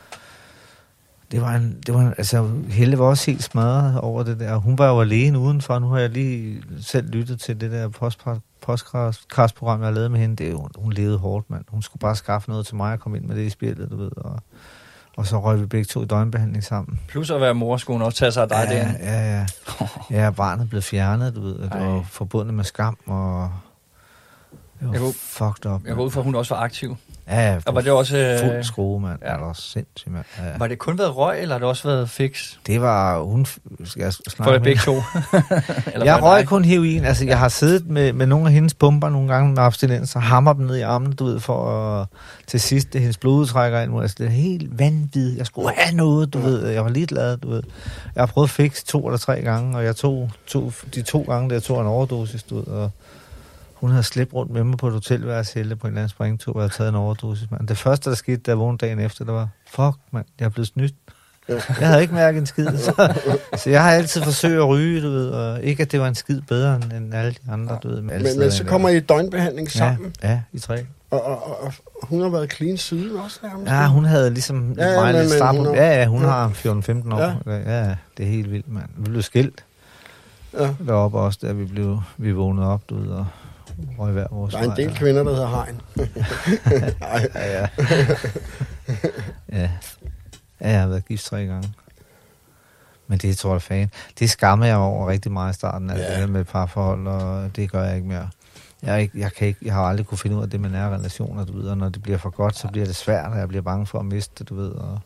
det var altså, Helle var også helt smadret over det der. Hun var jo alene udenfor. Nu har jeg lige selv lyttet til det der podcastprogram, jeg har lavet med hende. Hun levede hårdt, mand. Hun skulle bare skaffe noget til mig og komme ind med det i spillet, du ved. Og så røg vi begge 2 i døgnbehandling sammen. Plus at være mor, skulle hun også tage sig af dig derinde. Ja, barnet blev fjernet, du ved. Det var forbundet med skam, og... Jeg fucked up. Jeg går ud fra, at hun også var aktiv. Ja, og var det også fuld skrue, mand. Ja. Er der også sindssygt, mand. Ja. Var det kun været røg, eller har det også været fix? Det var... Hun skal jeg snakke for det begge to? Jeg røg kun heroin. Altså, jeg har siddet med nogle af hendes pumper nogle gange med abstinens, og hammer dem ned i armen, du ved, for at til sidst det hendes blodudtrækker ind mod. Altså, det er helt vanvittigt. Jeg skulle have noget, du ved. Jeg var ligeglad, du ved. Jeg har prøvet fix 2 eller 3 gange, og jeg tog de 2 gange, der tog en overdosis, du ved, og hun havde slæbt rundt med mig på et hotelværelse på en eller anden springtur, og jeg havde taget en overdosis, mand. Det første, der skete, da jeg vågnede dagen efter, det var, fuck, mand, jeg er blevet snydt. Jeg havde ikke mærket en skid. Så jeg har altid forsøgt at ryge, du ved, og ikke, at det var en skid bedre end alle de andre, du ved. Men så kommer I i døgnbehandling sammen? Ja, i 3. Og hun har været clean siden også nærmest? Ja, hun havde ligesom meget lidt start på. Ja, hun har 14-15 år. Ja, det er helt vildt, mand. Vi blev skilt. Ja. Deroppe også, da vi vågnede op, du ved, og røg hver vores vej. Der er en del kvinder, der hedder Hein. Ja. Ja, jeg har været gift 3 gange. Men det tror jeg fan. Det skammer jeg over rigtig meget i starten, altså med parforhold, og det gør jeg ikke mere. Jeg har aldrig kunne finde ud af det med nære relationer, du ved, og når det bliver for godt, så bliver det svært, og jeg bliver bange for at miste det, du ved. Og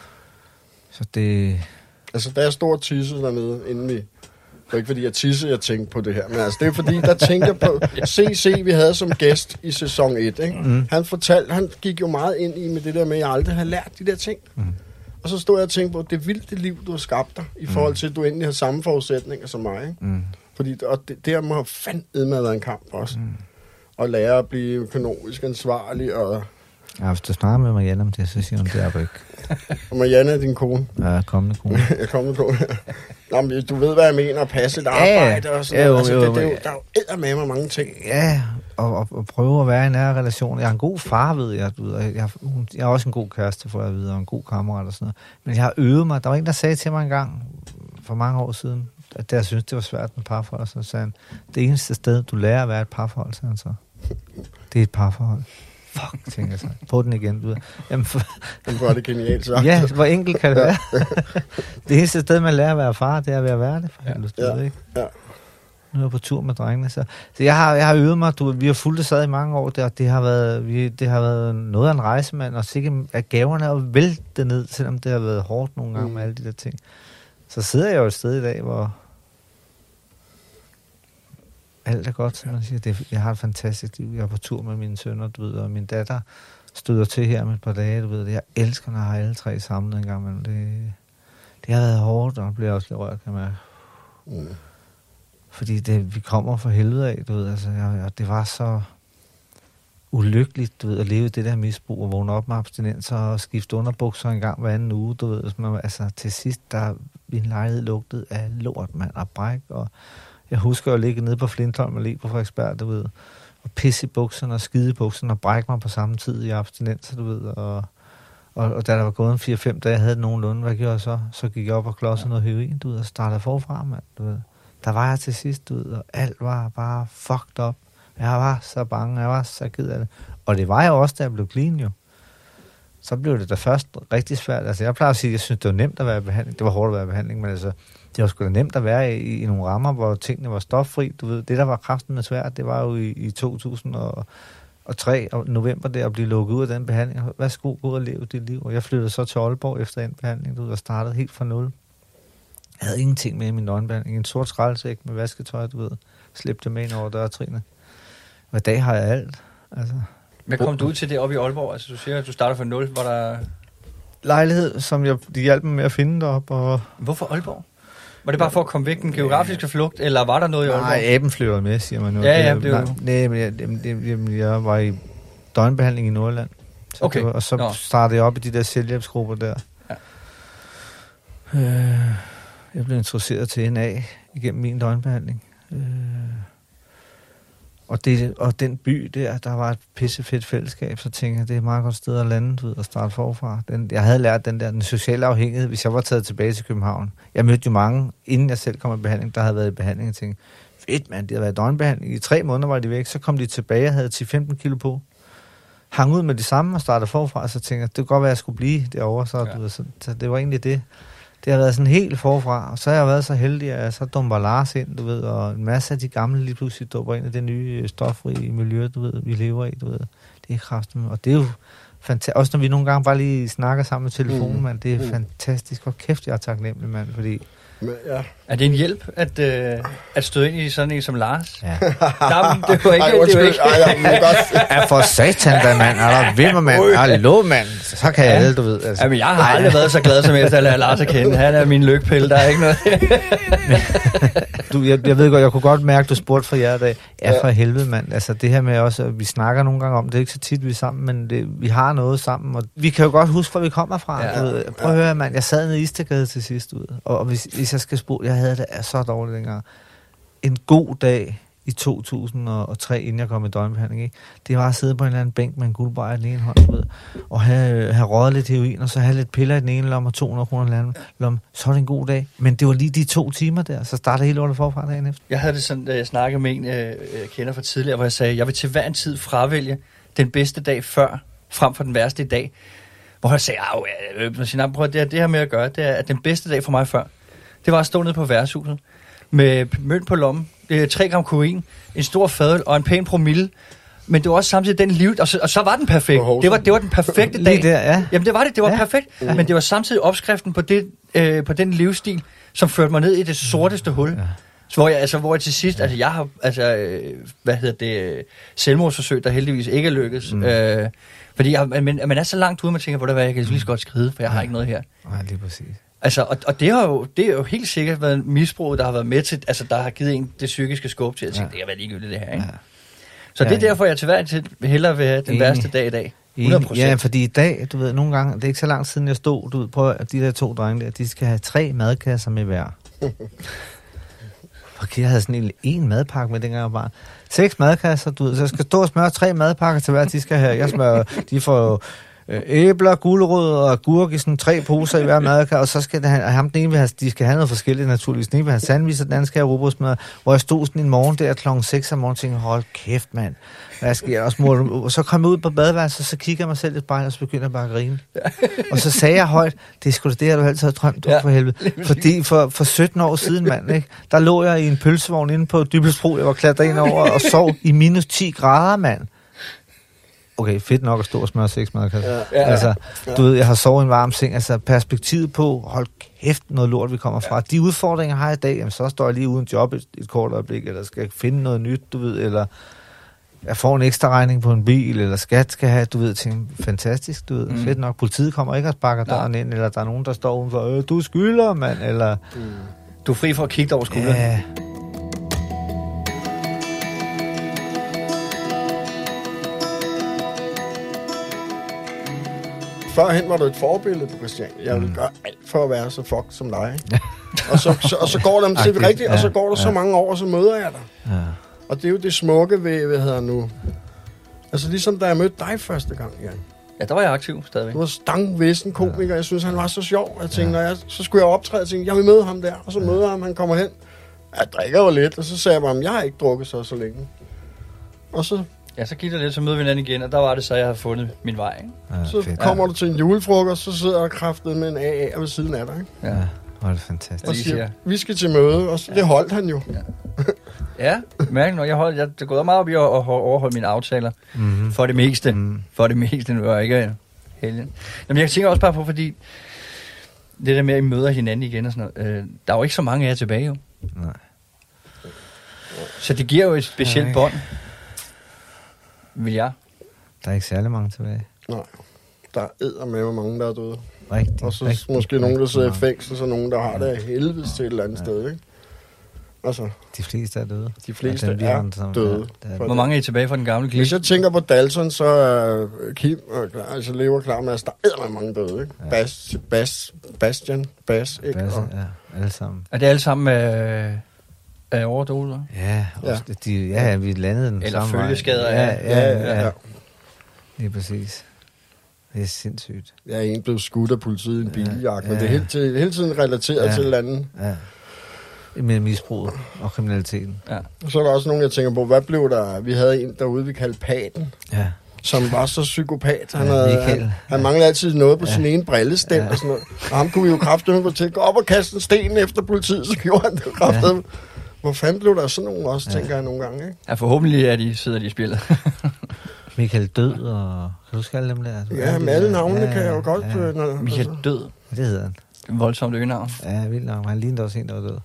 så det... Altså, der er stor tisse dernede, inden vi... Det er ikke fordi, jeg tænkte på det her, men altså, det er fordi, der tænker på CC, vi havde som gæst i sæson 1, ikke? Mm. Han gik jo meget ind i med det der med, at jeg aldrig har lært de der ting. Mm. Og så stod jeg og tænkte på, det vildt det liv, du har skabt dig, i forhold til, at du endelig har samme forudsætninger som mig, ikke? Mm. Fordi det her må have fandme været en kamp også. Mm. Og lære at blive økonomisk ansvarlig, og... Ja, hvis du snakker med Marianne om det, så siger hun, det er du ikke. Og Marianne er din kone? Ja, kommende kone. Ja, kommende kone. Nå, men du ved, hvad jeg mener, at passe et arbejde og sådan noget. Altså, der er jo eddermame mange ting. Ja, og prøve at være i en nær relation. Jeg er en god far, ved jeg. Jeg er også en god kæreste, for jeg ved, og en god kammerat og sådan noget. Men jeg har øvet mig. Der var en, der sagde til mig en gang, for mange år siden, at jeg synes det var svært med parforhold. Så sagde han, det eneste sted, du lærer at være et parforhold, sagde han så. Det er et parforhold. Fuck, tænker jeg så. På den igen, du ved. Jamen, det var det genialt sagt. Ja, hvor enkelt kan det være. Det eneste sted, man lærer at være far, det er ved at være det. Ikke? Ja. Nu er jeg på tur med drengene. Så jeg har øvet mig. Vi har fulgt det sad i mange år. Det har været noget af en rejsemand, og sikkert at gaverne er væltet ned, selvom det har været hårdt nogle gange med alle de der ting. Så sidder jeg jo et sted i dag, hvor alt er godt, som man siger. Jeg har et fantastisk liv. Jeg er på tur med mine sønner, du ved, og min datter støder til her med et par dage, du ved. Jeg elsker, når jeg har alle 3 sammen en gang, men det har været hårdt, og bliver også lidt rørt, kan man mærke. Fordi vi kommer fra helvede af, du ved. Altså, det var så ulykkeligt, du ved, at leve det der misbrug, og vågne op med abstinenser og skifte underbukser en gang hver anden uge, du ved. Altså, til sidst, min lejlighed lugtede af lort, mand, og bræk, og jeg husker at ligge nede på Flintholm og ligge på Frederiksberg, du ved, og pisse i bukserne og skide i bukserne og brække mig på samme tid i abstinenser, du ved, og da der var gået 4-5 dage, jeg havde det nogenlunde, hvad gjorde jeg så? Så gik jeg op og klodsede noget heroin, du ved, og startede forfra, mand, du ved. Der var jeg til sidst, du ved, og alt var bare fucked up. Jeg var så bange, jeg var så ked af det. Og det var jeg også, da jeg blev clean, jo. Så blev det da først rigtig svært. Altså, jeg plejer at sige, at jeg synes, det var nemt at være i behandling. Det var hårdt at være i behandling, men altså, det var sgu da nemt at være i nogle rammer, hvor tingene var stoffri. Du ved, det, der var kraftedeme svært, det var jo i 2003 og november der at blive lukket ud af den behandling. Værsgo, gå ud og leve dit liv. Og jeg flyttede så til Aalborg efter den behandling, du ved, og startede helt fra 0. Jeg havde ingenting med i min døgnbehandling. En sort skraldesæk med vasketøj, du ved. Slæbte med ind over dørtrinene. Og i dag har jeg alt. Altså. Hvad kom du ud til det oppe i Aalborg? Altså, du siger, at du starter fra 0, hvor der... Lejlighed, som de hjalp mig med at finde deroppe. Og... Hvorfor Aalborg? Var det bare for at komme væk den geografiske flugt, eller var der noget i Aalborg? Nej, aben flyver med, siger man nu. Ja, det er jo... Nej, jeg var i døgnbehandling i Nordland. Så okay. Og så startede jeg op i de der selvhjælpsgrupper der. Ja. Jeg blev introduceret til NA igennem min døgnbehandling. Og den by der var et pissefedt fællesskab, så tænkte jeg, det er et meget godt sted at lande ud og starte forfra. Jeg havde lært den sociale afhængighed, hvis jeg var taget tilbage til København. Jeg mødte jo mange, inden jeg selv kom i behandling, der havde været i behandling, og tænkte, fedt mand, de havde været i døgnbehandling. I 3 måneder var de væk, så kom de tilbage og havde 10-15 kilo på. Hang ud med de samme og startede forfra, så tænkte jeg, det kunne godt være, at jeg skulle blive derovre. Så det var egentlig det. Det har været sådan helt forfra, og så har jeg været så heldig, at så dumper Lars ind, du ved, og en masse af de gamle lige pludselig dumper ind i det nye stoffrige miljø, du ved, vi lever i, du ved. Det er kraftigt, og det er jo fantastisk. Også når vi nogle gange bare lige snakker sammen med telefonen, mand, det er fantastisk. Hvor kæft, jeg er taknemmelig, mand, fordi... Men, ja. Er det en hjælp, at støde ind i sådan en som Lars? Ja. Jamen, det var ikke... Ja, for satan da, mand. Er der vimmer, mand? Hallo, mand. Så kan jeg alle, du ved. Altså. Jamen, jeg har aldrig været så glad som efter at lade Lars at kende. Han er min lykpille, der er ikke noget. Jeg ved godt, jeg kunne godt mærke, du spurgte for jer i dag. Ja, for helvede, mand. Altså, det her med også, at vi snakker nogle gange om, det er ikke så tit, vi er sammen, men vi har noget sammen. Og vi kan jo godt huske, hvor vi kommer fra. Ja. Prøv at høre, mand. Jeg sad nede i Istergade til sidst ud. Og hvis jeg skal spole, jeg havde det så dårligt dengang. En god dag i 2003, inden jeg kom i døgnbehandling, ikke? Det var at sidde på en eller anden bænk med en guldbajer i den ene hånd, ved, og have røget lidt heroin, og så have lidt piller i den ene lomme og 200 kroner i den anden lomme. Så var det en god dag. Men det var lige de 2 timer der, så startede hele året forfra dagen efter. Jeg havde det sådan, da jeg snakkede med en, jeg kender fra tidligere, hvor jeg sagde, jeg vil til hver en tid fravælge den bedste dag før, frem for den værste i dag. Hvor jeg sagde, prøv at det her med at gøre, det er, at den bedste dag for mig før, det var at stå nede på værtshuset med mønt på lommen, 3 gram kokain, en stor fadøl og en pæn promille. Men det var også samtidig den liv, og så var den perfekt. Det var den perfekte dag. Der, ja. Jamen det var det, var perfekt. Ja. Men det var samtidig opskriften på den livsstil, som førte mig ned i det sorteste hul. Ja. Hvor jeg til sidst, jeg har, selvmordsforsøg, der heldigvis ikke er lykkedes. Fordi man er så langt ude, man tænker, hvor jeg kan lige så godt skride, for jeg har ikke noget her. Nej, lige præcis. Altså, og det er jo helt sikkert været misbruget, der har været med til, altså der har givet en det psykiske skub til at tænke, det kan være ligegyldigt det her, ikke? Ja. Så det er derfor, jeg til hver tid hellere vil have den værste dag i dag. 100%. Ja, fordi i dag, du ved, nogle gange, det er ikke så lang siden jeg stod, du ved, prøv at de der 2 drenge der, de skal have 3 madkasser med hver. Okay, jeg havde sådan en madpakke med, dengang jeg var barn. 6 madkasser, du ved, så jeg skal stå og smøre 3 madpakker til hver, de skal have. Jeg smører, de får æbler, gulerødder og agurk i sådan 3 poser i hver madkasse, og så skal ham den ene vil have, de skal have noget forskelligt naturligvis. Den ene vil have sandwich, og den anden skal have rugbrødsmad. Hvor jeg stod sådan en morgen der klokken 6 om morgenen og tænkte, hold kæft, mand. Hvad sker der også? Og så kom jeg ud på badeværelset, og så kigger jeg mig selv i spejlet, og så begynder jeg bare at grine. Og så sagde jeg højt, det er sgu da det, du altid har drømt om, for helvede. Fordi for 17 år siden, mand, ikke? Der lå jeg i en pølsevogn inde på Dybelsbro, jeg var klatret ind over og sov i minus 10 grader, mand. Okay, fedt nok at stå og smøre 6 madkasser. Ja. Altså, du ved, jeg har sovet i en varm seng. Altså, perspektivet på, hold kæft, noget lort, vi kommer fra. De udfordringer har jeg i dag, jamen, så står jeg lige uden job et kort øjeblik, eller skal jeg finde noget nyt, du ved, eller jeg får en ekstra regning på en bil, eller skat skal have, du ved, ting. Fantastisk, du ved. Fedt nok. Politiet kommer ikke og sparker døren ind, eller der er nogen, der står udenfor, du skylder, mand, eller... Du er fri for at kigge over skulderen. Ja. Førhen var du et forbillede på Christian. Jeg vil gøre alt for at være så fucked som dig. og så går der til rigtigt, og så går der så mange år, og så møder jeg dig. Ja. Og det er jo det smukke ved, hvad hedder nu... Altså ligesom da jeg mødte dig første gang, Jan. Ja, der var jeg aktiv stadigvæk. Du var stangvæsen komiker. Jeg synes, han var så sjov. Jeg tænkte, så skulle jeg optræde, og tænkte, jeg vil møde ham der. Og så møder ham, han kommer hen. Jeg drikker jo lidt, og så sagde jeg bare, jeg har ikke drukket så længe. Og så... Ja, så gik der lidt, så mødte vi hinanden igen, og der var det så, jeg havde fundet min vej, ikke? Ja, så fedt. Kommer du til en julefrokost, så sidder der kraftet med en AA ved siden af dig, ikke? Ja, hvor er det fantastisk. Og siger, vi skal til møde, og det holdt han jo. Ja, mærke nok, det går meget op i at overholde mine aftaler, for det meste. For det meste, nu er jeg ikke helgen. Men jeg tænker også bare på, fordi det der med, at I møder hinanden igen og sådan noget, der er jo ikke så mange af jer tilbage, jo. Nej. Så det giver jo et specielt bånd. Vil jeg? Der er ikke særlig mange tilbage. Nej. Der er eddermame mange, der er døde. Rigtig. Og så måske nogen, der sidder i fængsel, så nogen, der har det af helvedes til et eller andet sted, ikke? Altså, de fleste er døde. De fleste er døde. Hvor mange er I tilbage fra den gamle klip? Hvis jeg tænker på Dalton, så er Kim altså lever klar med, at der er mange døde, ikke? Ja. Bastian, ikke? Ja, alle sammen. Er det alle sammen af overdoser? Ja, vi landede den eller samme følgeskader. Ja. Lige præcis. Det er sindssygt. Jeg er en blevet skudt af politiet i en biljagt, men det er hele tiden relateret til et eller andet. Ja. Med misbruget og kriminaliteten. Ja. Og så er der også nogen, jeg tænker på, hvad blev der... Vi havde en derude, vi kaldte Paten. Ja. som var så psykopat. Han manglede altid noget på sin ene brillestand og sådan noget. Og ham kunne vi jo kraftedeme på til. Gå op og kaste en sten efter politiet, så gjorde han det kraftedeme. Hvor fanden blev der sådan nogen også, tænker jeg nogle gange, ikke? Ja, forhåbentlig sidder de i spillet. Michael Død, og kan du huske alle dem der? Ja, med alle navnene kan jeg jo godt... Michael Død? Det hedder han. Det er voldsomt øgenavn. Ja, vildt nok. Han lignede også en, der var død.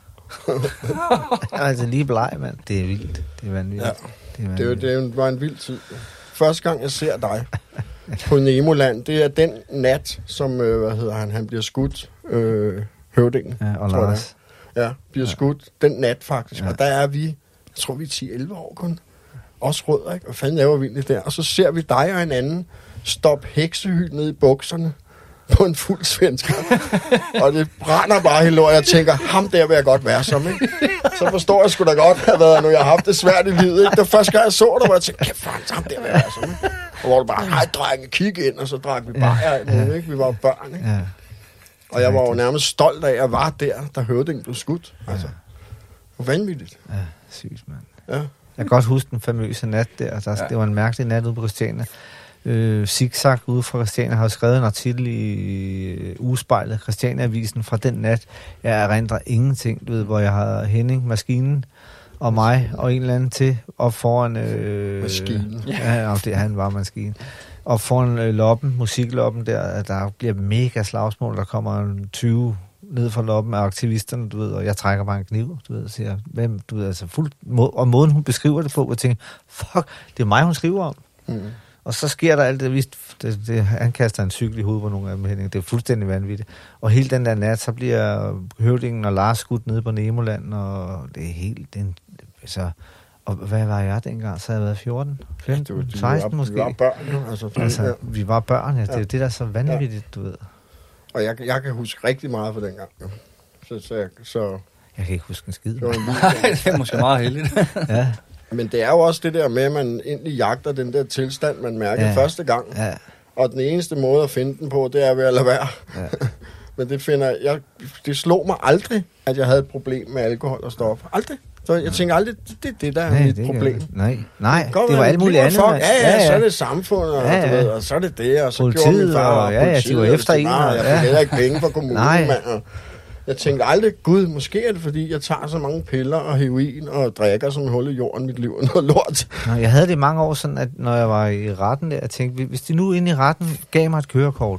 Altså lige bleg, mand. Det er vildt. Det er vanvittigt. Ja. Det var en vild tid. Første gang, jeg ser dig på Nemoland, det er den nat, som, han bliver skudt, høvdingen. Ja, og Lars. Ja, bliver skudt den nat faktisk. Ja. Og der er vi, jeg tror vi er 10-11 år kun. Også rød, ikke? Og fanden laver vi det der. Og så ser vi dig og en anden stoppe heksehyld ned i bukserne på en fuld svensker. Og det brænder bare helt og jeg tænker, ham der vil jeg godt være som, ikke? Så forstår jeg sgu da godt, at jeg har haft det svært i livet, ikke? Det første gang jeg så dig, hvor jeg tænkte, kæft, ham der vil jeg være som, ikke? Og hvor du bare, nej, drenge, kig ind, og så drak vi bare ikke? Vi var børn, ikke? Ja. Og jeg var jo nærmest stolt af, at jeg var der høvdingen blev skudt. Altså, det var vanvittigt. Ja, sygt, mand. Ja. Jeg kan godt huske den famøse nat der. Det var en mærkelig nat ude på Christiania. Zigzag ude fra Christiania har skrevet en artikel i Ugespejlet, Christiania-avisen, fra den nat. Jeg erindrer ingenting, du ved, hvor jeg har Henning, maskinen, og mig, og en eller anden til, op foran... maskinen. Ja, han var maskinen. Og foran loppen, musikloppen der bliver mega slagsmål, der kommer 20 ned fra loppen af aktivisterne, du ved, og jeg trækker bare en kniv, du ved, og siger, hvem, du ved, altså fuldt, og måden hun beskriver det på, og tænker, fuck, det er mig, hun skriver om. Mm. Og så sker der alt det, han kaster en cykel i hovedet på nogle af dem, Henning. Det er fuldstændig vanvittigt. Og hele den der nat, så bliver høvdingen og Lars skudt nede på Nemoland, og det er helt... og hvad var jeg dengang? Så havde jeg været 14? 15? 16 måske? Vi var børn, vi var børn, ja. Det er jo det, der er så vanvittigt, du ved. Og jeg kan huske rigtig meget fra dengang. Så jeg kan ikke huske en skid. Det er måske meget heldigt. Ja. Men det er jo også det der med, at man egentlig jagter den der tilstand, man mærker første gang. Ja. Og den eneste måde at finde den på, det er ved at lade være. Ja. Men det slog mig aldrig, at jeg havde et problem med alkohol og stoffer. Aldrig. Så jeg tænker aldrig, det der er mit problem. Nej, det var alt muligt andet. Ja, så er det samfundet, og så er det det, og så politiet, gjorde min far og politiet, de var efter en. Jeg fik heller ikke penge fra kommunen, mand. Jeg tænkte aldrig, gud, måske er det, fordi jeg tager så mange piller og heroin og drikker som hul i jorden mit liv og noget lort. Nå, jeg havde det mange år sådan, at når jeg var i retten der, jeg tænkte, hvis de nu inde i retten gav mig et kørekort,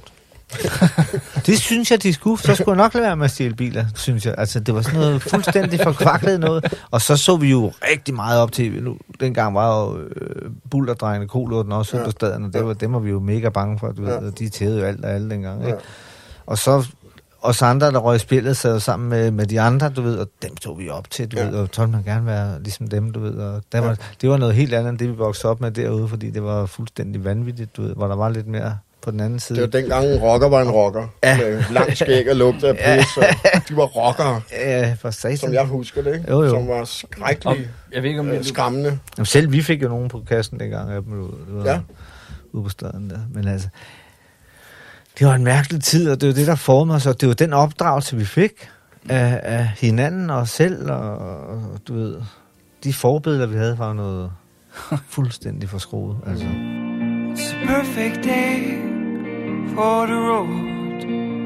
det synes jeg, de skulle. Så skulle jeg nok lade være med at stjæle biler, synes jeg. Altså, det var sådan noget fuldstændig forkvaklet noget. Og så vi jo rigtig meget op til. Nu, dengang var jo bulderdrengene, kolorten også ude på staden, og dem var vi jo mega bange for. Du ved, de tævede jo alt og alle dengang. Ikke? Og så os andre, der røg i spillet, sad sammen med de andre, du ved, og dem tog vi op til, du ved, og så ville man gerne være ligesom dem, du ved, og det var noget helt andet, end det vi voksede op med derude, fordi det var fuldstændig vanvittigt, du ved, hvor der var lidt mere på den anden side. Det var dengang en rocker var en rocker, med lang skæg og lugte af pis, og de var rockere, for satan. Som jeg husker det, ikke? Jo. Som var skrækkelige, jeg ved ikke, om det skræmmende. Jamen, selv vi fik jo nogen på kassen dengang, ude på staden der, men altså, det var en mærkelig tid, og det var det, der formede os, og det var den opdragelse, vi fik af hinanden og os selv, og du ved, de forbilleder, vi havde, var noget fuldstændig forskruet. Altså. It's a perfect day for the road.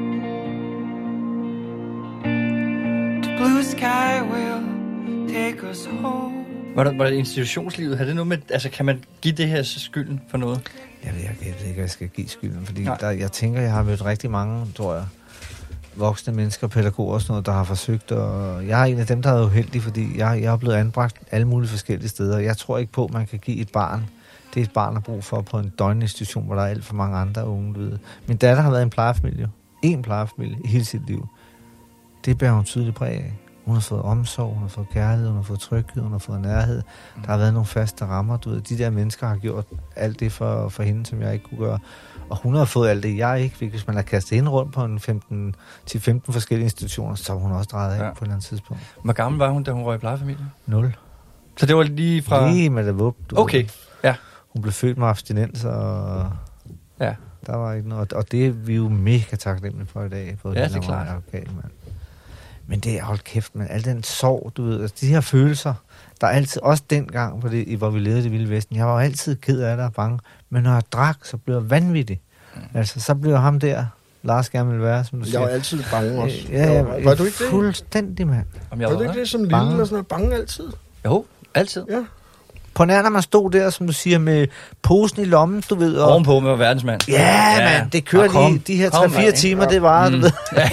The blue sky will take us home. Var det institutionslivet? Havde det noget med, altså kan man give det her skylden for noget? Jeg ved ikke, hvad jeg skal give skylden, fordi jeg tænker, jeg har mødt rigtig mange, tror jeg, voksne mennesker, pædagoger og sådan noget, der har forsøgt, og jeg er en af dem, der er uheldig, fordi jeg er blevet anbragt alle mulige forskellige steder. Jeg tror ikke på, at man kan give et barn, det et barn har brug for på en døgninstitution, hvor der er alt for mange andre unge, du ved. Min datter har været i en plejefamilie, en plejefamilie i hele sit liv. Det bærer hun tydeligt præg af. Hun har fået omsorg, hun har fået kærlighed, hun har fået tryghed, hun har fået nærhed. Der har været nogle faste rammer, du ved. De der mennesker har gjort alt det for hende, som jeg ikke kunne gøre. Og hun har fået alt det, jeg ikke fik. Hvis man har kastet hende rundt på en 15 forskellige institutioner, så har hun også drejet af på et eller andet tidspunkt. Hvor gammel var hun, da hun røg i plejefamilie? 0. Så det var lige fra... Lige med det vup. Okay, ja. Hun blev født med abstinens, og der var ikke noget. Og det er vi jo mega taknemmelige for i dag. Ja, det er klart. Okay, men det er, hold kæft, men al den sorg, du ved, altså de her følelser, Der er altid, også dengang, hvor vi levede i det vilde vesten, jeg var jo altid ked af det og bange. Men når jeg drak, så blev jeg vanvittig. Altså, så blev ham der, Lars gerne ville være, som du siger. Jeg var altid bange også. Var du ikke det? Fuldstændig, mand. Var du ikke det som lille eller sådan noget? Bange altid? Jo, altid. Ja. På nær, når man stod der, som du siger, med posen i lommen, du ved. Og ovenpå med verdensmand. Ja, mand, det kører lige de her 3-4 timer, det var, du ved.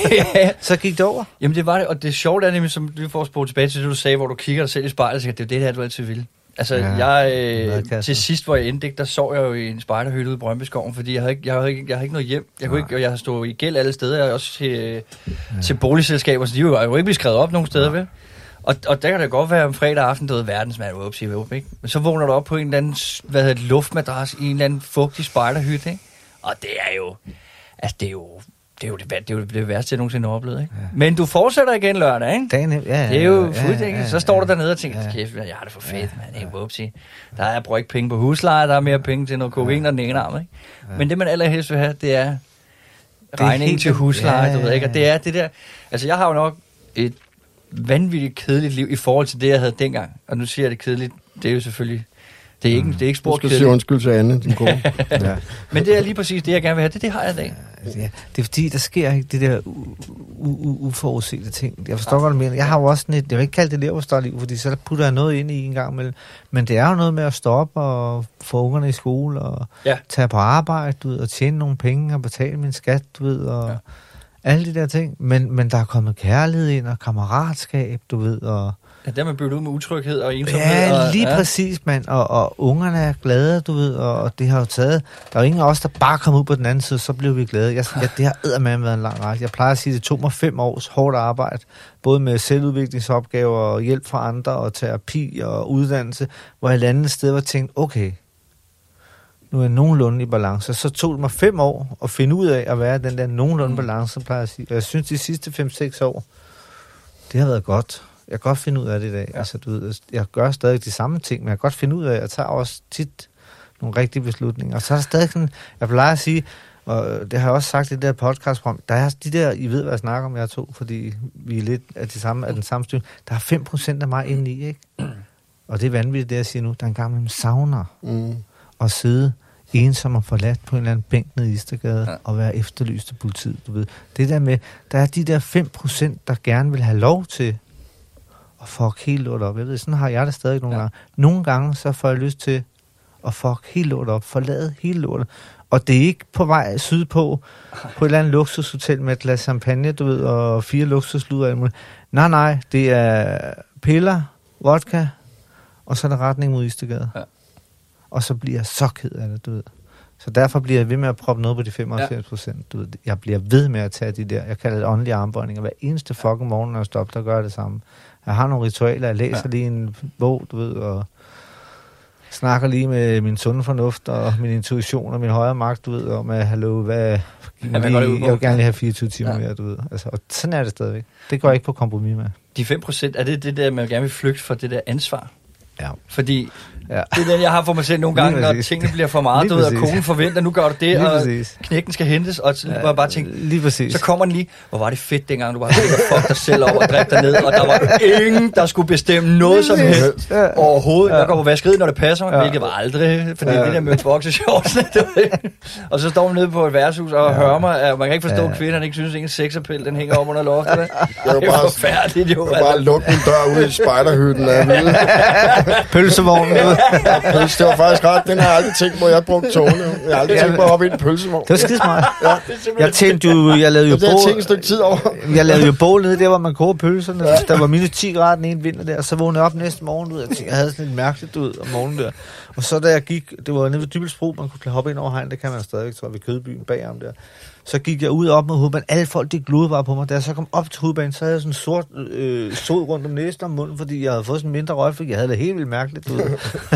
Så gik det over. Jamen, det var det, og det sjove er nemlig, som du får spurgt tilbage til det, du sagde, hvor du kigger dig selv i spejlet, og siger, det er det her, du altid vil. Altså, til sidst, hvor jeg endte, der sov jeg jo i en spejderhytte ude i Brøndbyskoven, fordi jeg havde ikke noget hjem. Jeg kunne ikke, og jeg har stået i gæld alle steder, og også til boligselskaber, så de var jo ikke blive skrevet op nogen steder, vel? Og der kan det godt være om fredag aften, du ved, verdensmand, ikke? Men så vågner du op på en eller anden, luftmadras i en eller anden fugtig spejderhytte, ikke? Og det er jo, altså det er jo det værste, jeg nogensinde har oplevet, ikke? Ja. Men du fortsætter igen lørdag, ikke? Det er jo fuldstændig. Så står du dernede og tænker, kæft, jeg har det for fedt, mand. Hey, der er brugt ikke penge på husleje, der er mere penge til noget kokain og den ene arm, ikke? Ja. Men det, man allerhelst vil have, det er regningen til husleje, du ved ikke? Og det er det der, altså jeg har jo nok et vanvittigt kedeligt liv i forhold til det, jeg havde dengang. Og nu siger jeg det kedeligt, det er jo selvfølgelig, det er ikke spor kedeligt. Du skal sige undskyld til Anne, din kone. Ja. Men det er lige præcis det, jeg gerne vil have. Det har jeg i dag. Ja, det er fordi, der sker ikke det der uforudsete ting. Jeg forstår godt, men jeg har jo også sådan et, jeg vil ikke kalde det leverpostejliv, fordi så putter jeg noget ind i en gang imellem. Men det er jo noget med at stoppe og få ungerne i skole og tage på arbejde, du ved, og tjene nogle penge og betale min skat, du ved, og alle de der ting. Men der er kommet kærlighed ind og kammeratskab, du ved, og ja, der er man bygget ud med utryghed og ensomhed. Ja, lige præcis, mand. Og ungerne er glade, du ved, og det har jo taget. Der er jo ingen af os, der bare kom ud på den anden side, så blev vi glade. Det har eddermame været en lang rejse. Jeg plejer at sige, at det tog mig 5 års hårdt arbejde, både med selvudviklingsopgaver og hjælp fra andre, og terapi og uddannelse, hvor jeg landede et sted, hvor jeg tænkte, okay, nu er jeg nogenlunde i balance. Så tog det mig 5 år at finde ud af at være den der nogenlunde balance, plejer jeg at sige. Og jeg synes, de sidste 5-6 år, det har været godt. Jeg kan godt finde ud af det i dag. Ja. Altså, du ved, jeg gør stadig de samme ting, men jeg kan godt finde ud af, at jeg tager også tit nogle rigtige beslutninger. Og så er der stadig sådan, jeg plejer at sige, og det har jeg også sagt i det der podcastprogram, der er de der, I ved, hvad jeg snakker om, jeg to, fordi vi er lidt af den samme styring. Der er 5% af mig inde i, ikke? Og det er vanvittigt, det jeg siger nu. Der er en gang mellem savner at sidde ensom og forladt på en eller anden bænk nede i Istergade og være efterlyst af politiet, du ved. Det der med, der er de der 5%, der gerne vil have lov til og fuck helt lort op. Jeg ved, sådan har jeg det stadig nogle gange. Nogle gange, så får jeg lyst til at fuck helt lort op. Forlade helt lortet. Og det er ikke på vej sydpå, på et eller andet luksushotel med et glas champagne, du ved, og 4 luksusluder. Nej, det er piller, vodka, og så er der retning mod Istergade. Ja. Og så bliver jeg så ked af det, du ved. Så derfor bliver jeg ved med at proppe noget på de 95%. Du ved, jeg bliver ved med at tage de der, jeg kalder det åndelige armbøjninger. Hver eneste fucking morgen, når jeg stopper, der gør jeg det samme. Jeg har nogle ritualer, jeg læser lige en bog, du ved, og snakker lige med min sunde fornuft og min intuition og min højere magt, du ved, om at hallo, jeg vil gerne lige have 24 timer mere, du ved. Altså, og sådan er det stadigvæk. Det går jeg ikke på kompromis med. De 5%, er det der, man gerne vil flygte fra det der ansvar? Ja. Fordi det er den, jeg har for mig selv nogle gange, når tingene bliver for meget, du ved, og konen forventer, nu gør du det, og knækken skal hentes, og så må jeg bare tænke, så kommer den lige, hvor var det fedt dengang, du bare fuck dig selv over og drik dig ned, og der var ingen, der skulle bestemme noget som helst overhovedet. Jeg går på vaskeriet, når det passer mig, hvilket var aldrig, fordi det der med boxershorts, og så står man nede på et værtshus og hører mig, at man kan ikke forstå, at kvinderne ikke synes, at ingen sexappel, den hænger op under loftet. Det er forfærdeligt, jo. Bare lukke en dør ud i spejderhytten af pølsevognen. Det var faktisk ret. Den har jeg aldrig tænkt på, jeg har brugt togene. Jeg har aldrig tænkt på at hoppe ind i en pølsevogn. Det var skidesmart. Jeg tænkte jo, jeg lavede jo jeg lavede jo bål nede der, hvor man koger pølserne. Der var minus 10 grader den ene vinter der, og så vågnede jeg op næste morgen ud. Jeg havde sådan lidt mærkeligt ud om morgenen der. Og så da jeg gik, det var nede ved Dybelsbro, man kunne hoppe ind over hegn, det kan man stadigvæk, tror jeg, ved Kødbyen bagom der. Så gik jeg ud op mod hovedbanen. Alle folk, de glodede bare på mig. Da jeg så kom op til hovedbanen, så havde jeg sådan en sort sod rundt om næsten om munden, fordi jeg havde fået sådan en mindre røgfrik. Jeg havde det helt vildt mærkeligt ud.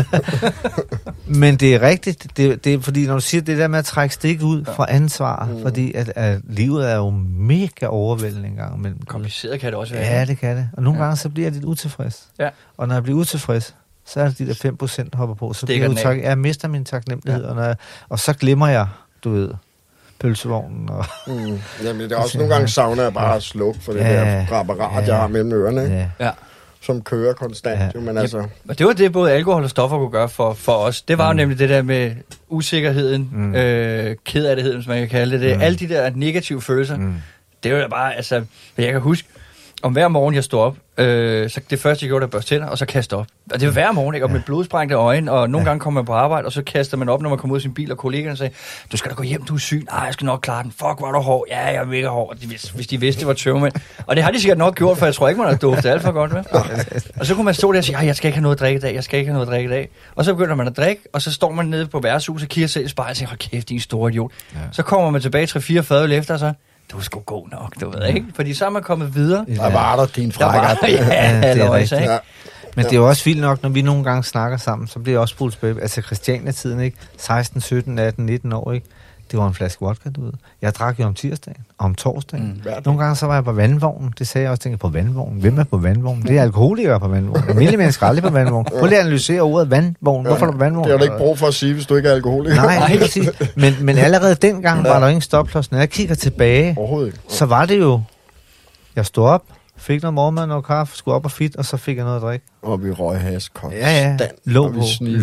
Men det er rigtigt. Det er fordi, når du siger det der med at trække stik ud fra ansvar, fordi at livet er jo mega overvældende en gang imellem. Kompliceret kan det også være. Ja, det kan det. Og nogle gange så bliver jeg lidt utilfreds. Ja. Og når jeg bliver utilfreds, så er det de der 5% hopper på. Så bliver jeg mister min taknemmelighed, og så glemmer jeg, du ved, pølsevognen. Og Jamen, det er også nogle gange savner jeg bare at slukke for det der apparat, jeg har mellem ørerne. Ikke? Ja. som kører konstant. Jo, men altså... Og det var det, både alkohol og stoffer kunne gøre for os. Det var jo nemlig det der med usikkerheden, kedeligheden, som man kan kalde det. Alle de der negative følelser, det var jo bare, altså, jeg kan huske, om hver morgen jeg stod op, så det første jeg gjorde, der børste tænder, og så kaste op. Og det var hver morgen, ikke? Og med blodsprængte øjne, og nogle gange kommer man på arbejde, og så kaster man op, når man kommer ud af sin bil, og kollegaerne sagde, du skal da gå hjem, du er syg. Nej, jeg skal nok klare den. Fuck, var du hård. Ja, jeg er mega hård. Hvis de vidste, det var tømmermænd. Og det har de sikkert nok gjort, for jeg tror ikke, man har duftet alt for godt med. Og så kunne man stå der og sige, jeg skal ikke have noget at drikke i dag, jeg skal ikke have noget at drikke i dag. Og så begynder man at drikke, og så står man nede på værtshuset og kigger selv i spejlet og siger, hold kæft, din store idiot. Så kommer man tilbage 3-4 fadøl efter, og så du skulle gå nok, du ved ikke? Fordi så er man kommet videre. Der var der din frækker. Ja, det er rigtigt. Ja. Men det er jo også vildt nok, når vi nogle gange snakker sammen, så bliver jeg også spurgt spørgsmål. Altså Christiania-tiden, ikke? 16, 17, 18, 19 år, ikke? Det var en flaske vodka, du ved. Jeg drak jo om tirsdagen og om torsdagen. Nogle gange så var jeg på vandvognen. Det sagde jeg også, tænkte på vandvognen. Hvem er på vandvognen? Det er alkoholikere på vandvognen. Almindelige mennesker aldrig på vandvognen. Prøv lige at analysere ordet vandvogn. Hvorfor er du på vandvognen? Det har du ikke brug for at sige, hvis du ikke er alkoholiker. Nej, helt præcis. Men allerede dengang var der ingen stopklods. Når jeg kigger tilbage, så var det jo... Jeg stod op, fik noget morgenmad, noget kaffe, skulle op og fit, og så fik jeg noget at drikke. Og vi røg has konstant. Ja. Lå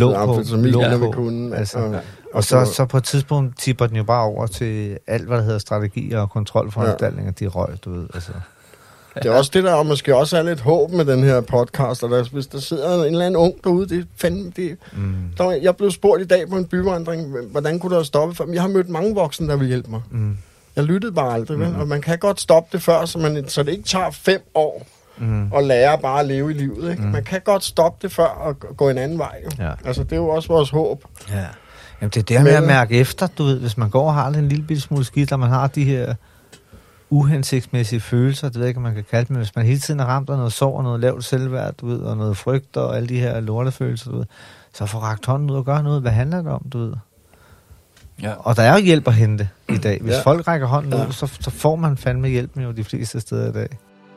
på. Altså. Og så på et tidspunkt tipper den jo bare over til alt, hvad der hedder strategier og kontrolforanstaltninger, de røg, du ved. Altså. Det er også det der, og måske også er lidt håb med den her podcast, og hvis der sidder en eller anden ung derude, det er fandme det. Jeg blev spurgt i dag på en byvandring, hvordan kunne der stoppe for? Jeg har mødt mange voksne, der vil hjælpe mig. Jeg lyttede bare aldrig, vel? Og man kan godt stoppe det før, så det ikke tager 5 år at lære bare at leve i livet, ikke? Man kan godt stoppe det før og gå en anden vej, jo. Ja. Altså, det er jo også vores håb. Ja. Jamen, det er det med at mærke efter, du ved, hvis man går og har en lille smule skidt, og man har de her uhensigtsmæssige følelser, det ved jeg ikke, man kan kalde dem, men hvis man hele tiden er ramt af noget sorg og noget lavt selvværd, du ved, og noget frygt og alle de her lortefølelser, du ved, så får rakt hånden ud og gør noget. Hvad handler det om, du ved? Ja. Og der er jo hjælp at hente i dag. Hvis folk rækker hånden ud, så får man fandme hjælpen jo de fleste steder i dag.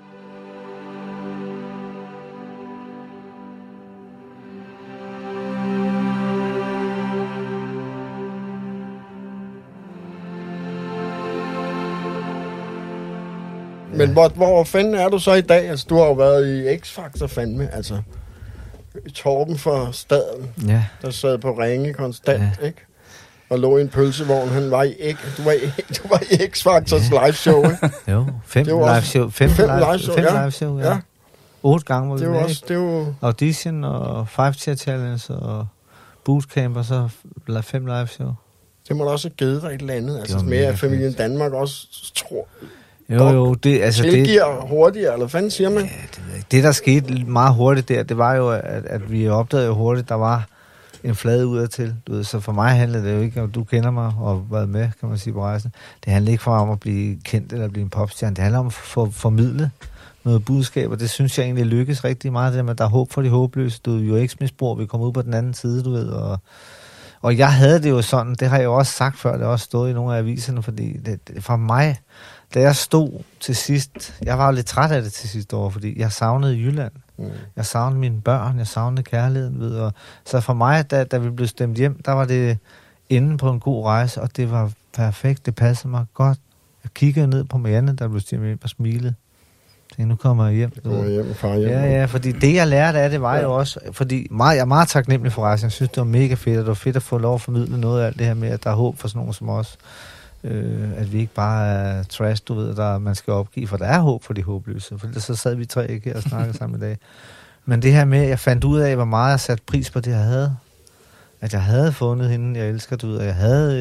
Men hvor fanden er du så i dag? Altså, du har jo været i X-Factor fandme, altså. Torben for Staden, der sad på ringe konstant, ikke? Og lå i en pølsevogn. Han var i du var i X-Factors liveshow, ikke? Jo, 5 liveshow, ja. 8 gange var vi med, ikke? Audition og 5-tier challenge og bootcamp og så 5 liveshow. Det må da også have givet dig et eller andet. Altså mere af familien Danmark også tror... Jo, det altså tilgiver hurtigere, eller hvad siger man? Ja, det der skete meget hurtigt der, det var jo, at vi opdagede jo hurtigt, der var en flade udadtil. Du ved, så for mig handlede det jo ikke, om du kender mig og har været med, kan man sige, på rejsen. Det handler ikke for mig om at blive kendt eller blive en popstjerne. Det handler om at formidle noget budskab, og det synes jeg egentlig lykkes rigtig meget, det med, at der er håb for de håbløse. Du er jo eks-misbrug, vi kommer ud på den anden side, du ved, og jeg havde det jo sådan, det har jeg jo også sagt før, det har også stået i nogle af aviserne, fordi det for mig, da jeg stod til sidst, jeg var jo lidt træt af det til sidste år, fordi jeg savnede Jylland. Jeg savnede mine børn, jeg savnede kærligheden, ved, og så for mig, da vi blev stemt hjem, der var det inde på en god rejse, og det var perfekt, det passede mig godt. Jeg kiggede ned på Marianne, der blev stemt hjem og smilede. Så nu kommer jeg hjem. Ja, fordi det jeg lærte af det var jo også, fordi jeg er meget taknemmelig for rejsen. Jeg synes, det var mega fedt, og det var fedt at få lov at formidle noget af alt det her med, at der er håb for sådan nogen som os. At vi ikke bare er trash, du ved, der man skal opgive, for der er håb for de håbløse. For så sad vi 3 ikke og snakkede sammen i dag. Men det her med, jeg fandt ud af, hvor meget jeg satte pris på det, jeg havde. At jeg havde fundet hende, jeg elsker, du ved, og jeg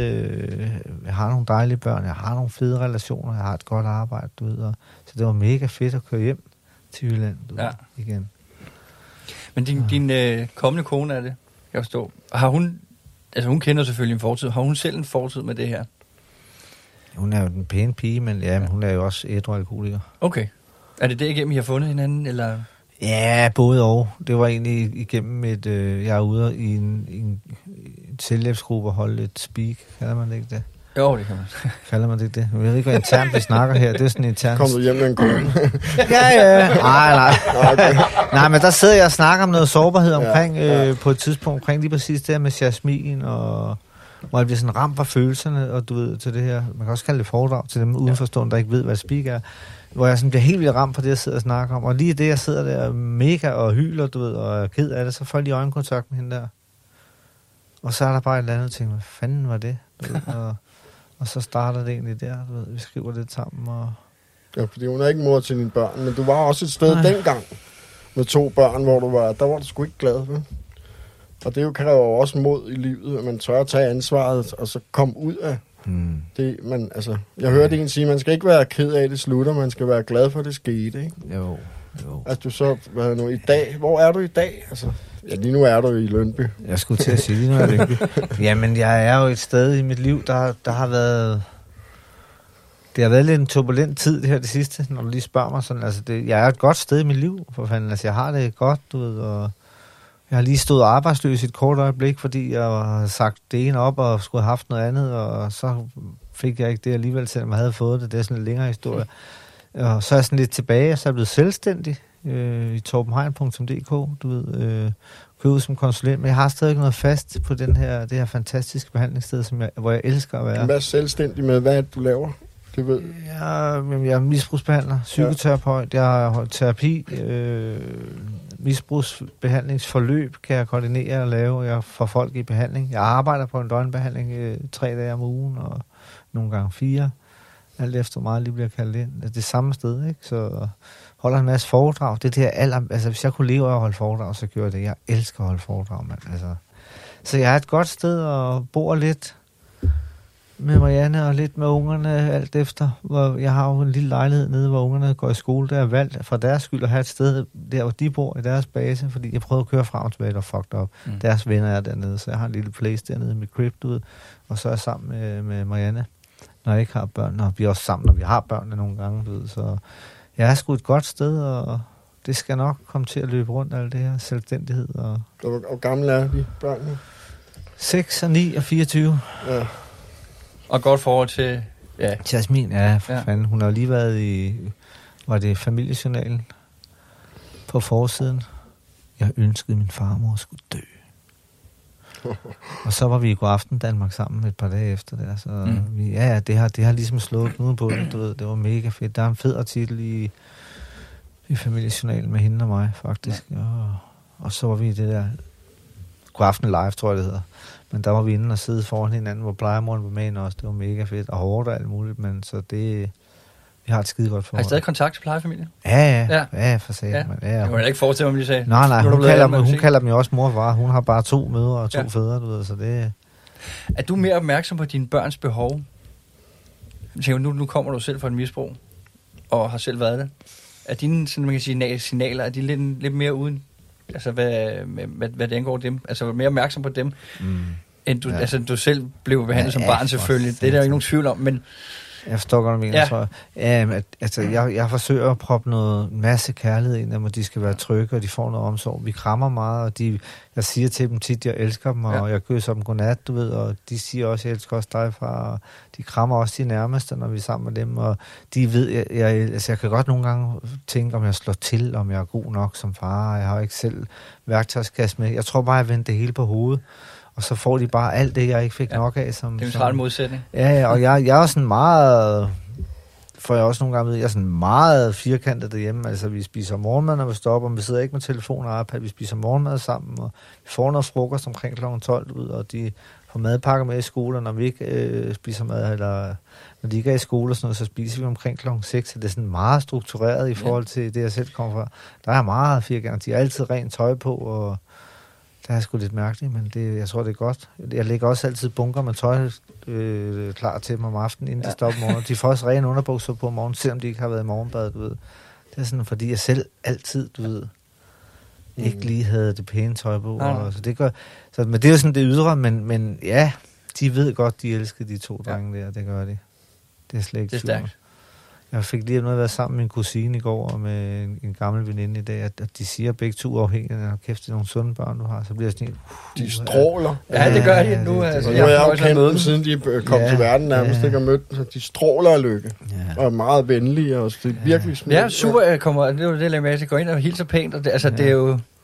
har nogle dejlige børn, jeg har nogle fede relationer, jeg har et godt arbejde, du ved, og så det var mega fedt at køre hjem til Jylland, du ved, igen. Men din kommende kone er det, jeg forstår. Har hun, altså hun kender selvfølgelig en fortid, har hun selv en fortid med det her? Hun er jo den pæne pige, men men hun er jo også ædru alkoholiker. Okay. Er det igennem, I har fundet hinanden, eller... Ja, både og. Det var egentlig igennem jeg er ude i en selvhjælpsgruppe og holde et speak. Kalder man det ikke det? Jo, det kan man. Kalder man det ikke det? Jeg ved ikke, hvad internt vi snakker her. Det er sådan internt. Kom du hjem med en kone? Ja. Nej. Okay. Nej, men der sidder jeg og snakker om noget sårbarhed omkring, på et tidspunkt omkring lige præcis det her med jasmin hvor jeg bliver sådan ramt fra følelserne, og du ved, til det her, man kan også kalde det foredrag til dem udenforstående, der ikke ved, hvad speak er, hvor jeg sådan bliver helt vildt ramt på det, jeg sidder og snakker om, og lige det, jeg sidder der mega og hyler, du ved, og er ked af det, så får jeg lige øjenkontakt med hende der. Og så er der bare et eller andet ting, hvad fanden var det? Du ved, og så starter det egentlig der, du ved, vi skriver det sammen, og... Ja, fordi hun er ikke mor til dine børn, men du var også et sted dengang med 2 børn, hvor der var du sgu ikke glad, vel? Og det jo kræver jo også mod i livet, at man tør at tage ansvaret, og så komme ud af det. Men altså, jeg hørte en sige, man skal ikke være ked af, det slutter, man skal være glad for, det skete, ikke? Jo. Altså, du så, i dag, hvor er du i dag? Altså, ja, lige nu er du i Lyngby. Jeg skulle til at sige, lige nu er jeg i Lyngby. Jamen, jeg er jo et sted i mit liv, der har været... Det har været lidt en turbulent tid, det her det sidste, når du lige spørger mig sådan. Altså, jeg er et godt sted i mit liv, for fanden. Altså, jeg har det godt, du ved, og jeg har lige stået arbejdsløs i et kort øjeblik, fordi jeg har sagt det ene op, og skulle have haft noget andet, og så fik jeg ikke det alligevel, selvom jeg havde fået det. Det er sådan en længere historie. Og så er jeg sådan lidt tilbage, og så er jeg blevet selvstændig i torbenheim.dk, du ved, kører ud som konsulent, men jeg har stadig noget fast på det her fantastiske behandlingssted, hvor jeg elsker at være. Hvad er selvstændig med? Hvad er det, du laver? Det ved. Jeg er misbrugsbehandler, psykoterapeut, jeg har terapi, misbrugsbehandlingsforløb kan jeg koordinere og lave. Jeg får folk i behandling. Jeg arbejder på en døgnbehandling 3 dage om ugen, og nogle gange 4. Alt efter meget lige bliver kaldt ind. Det er det samme sted, ikke? Så holder en masse foredrag. Det er altså hvis jeg kunne leve af at holde foredrag, så gør jeg det. Jeg elsker at holde foredrag, mand. Altså. Så jeg er et godt sted og bor lidt med Marianne og lidt med ungerne, alt efter. Hvor jeg har jo en lille lejlighed nede, hvor ungerne går i skole. Der er valgt for deres skyld at have et sted, der hvor de bor i deres base, fordi jeg prøvede at køre frem og tilbage, og fucked up. Deres venner er dernede, så jeg har en lille place dernede med crib, og så er jeg sammen med Marianne, når jeg ikke har børn, og vi er også sammen, når vi har børnene nogle gange, du ved. Så jeg er sgu et godt sted, og det skal nok komme til at løbe rundt, alt det her selvstændighed. Og hvor gamle er de børnene? 6 og 9 og 24. Ja. Og godt forhold til... Ja. Jasmin, fanden. Hun har jo lige været i... Var det Familiejournalen? På forsiden. Jeg ønskede, min farmor skulle dø. Og så var vi i God Aften Danmark sammen et par dage efter der. Så det har ligesom slået knuden på det, du ved. Det var mega fedt. Der er en fed artikel i Familiejournalen med hende og mig, faktisk. Ja. Og så var vi i det der... God Aften Live, tror jeg, det hedder. Men der var vi inde og sidde foran hinanden, hvor plejemoren var med ind også. Det var mega fedt, og hårdt og alt muligt, men så det... Vi har et skide godt forhold. Har I stadig kontakt til plejefamilien? Ja, for satan. Ja. Jeg kunne ikke forestille mig, om de sagde. Nej, hun kalder dem jo også mor og far. Hun har bare 2 mødre og 2 fædre, du ved, så det... Er du mere opmærksom på dine børns behov? Nu kommer du selv fra et misbrug, og har selv været det. Er dine, sådan man kan sige, signaler, er de lidt mere uden... Altså, hvad det angår dem. Altså, mere opmærksom på dem, end du, du selv blev behandlet som barn, selvfølgelig. Det er der jo ikke nogen tvivl om, men... Jeg forstår godt, hvad jeg mener. Jeg forsøger at proppe en masse kærlighed ind, at de skal være trygge, og de får noget omsorg. Vi krammer meget, og jeg siger til dem tit, jeg elsker dem, og jeg kysser dem godnat, du ved, og de siger også, jeg elsker også dig, far, og de krammer også de nærmeste, når vi er sammen med dem, og de ved, jeg kan godt nogle gange tænke, om jeg slår til, om jeg er god nok som far, jeg har ikke selv værktøjskasse med. Jeg tror bare, jeg vendte det hele på hovedet. Og så får de bare alt det, jeg ikke fik nok af. Det er en træt modsætning. Ja, og jeg er sådan meget... For jeg også nogle gange ved, jeg er sådan meget firkantet derhjemme. Altså, vi spiser morgenmad, når vi stopper, og vi sidder ikke med telefon og iPad. Vi spiser morgenmad sammen, og vi får noget frokost omkring kl. 12 ud, og de får madpakker med i skole, når vi ikke spiser mad, eller når de ikke er i skole og sådan noget, så spiser vi omkring kl. 6. Så det er sådan meget struktureret i forhold til det, jeg selv kommer fra. Der er meget firkantet. De har altid rent tøj på, og det er sgu lidt mærkeligt, men jeg tror, det er godt. Jeg lægger også altid bunker med tøj klar til dem om aftenen, inden de stopper morgenen. De får også rene underbukser på om morgenen, selvom de ikke har været i morgenbad, du ved. Det er sådan, fordi jeg selv altid, du ved, ikke lige havde det pæne tøj på. Og, så det gør, men det er jo sådan det ydre, men ja, de ved godt, de elsker de 2 drenge der, det gør de. Det er slet ikke det er stærkt. Jeg fik lige noget at være sammen med min kusine i går, og med en gammel veninde i dag, at de siger begge 2 afhængige, at kæft, det er nogle sunde børn, du har. Så bliver jeg sådan de stråler. Ja, det gør de nu. Nu har jeg jo kendt dem, siden de kom til verden nærmest, ikke har mødt dem. De stråler af lykke. Og er meget venlige, og det er virkelig smukt. Ja, super. Det er jo det, jeg med, at gå ind og hilse pænt. Og det er jo...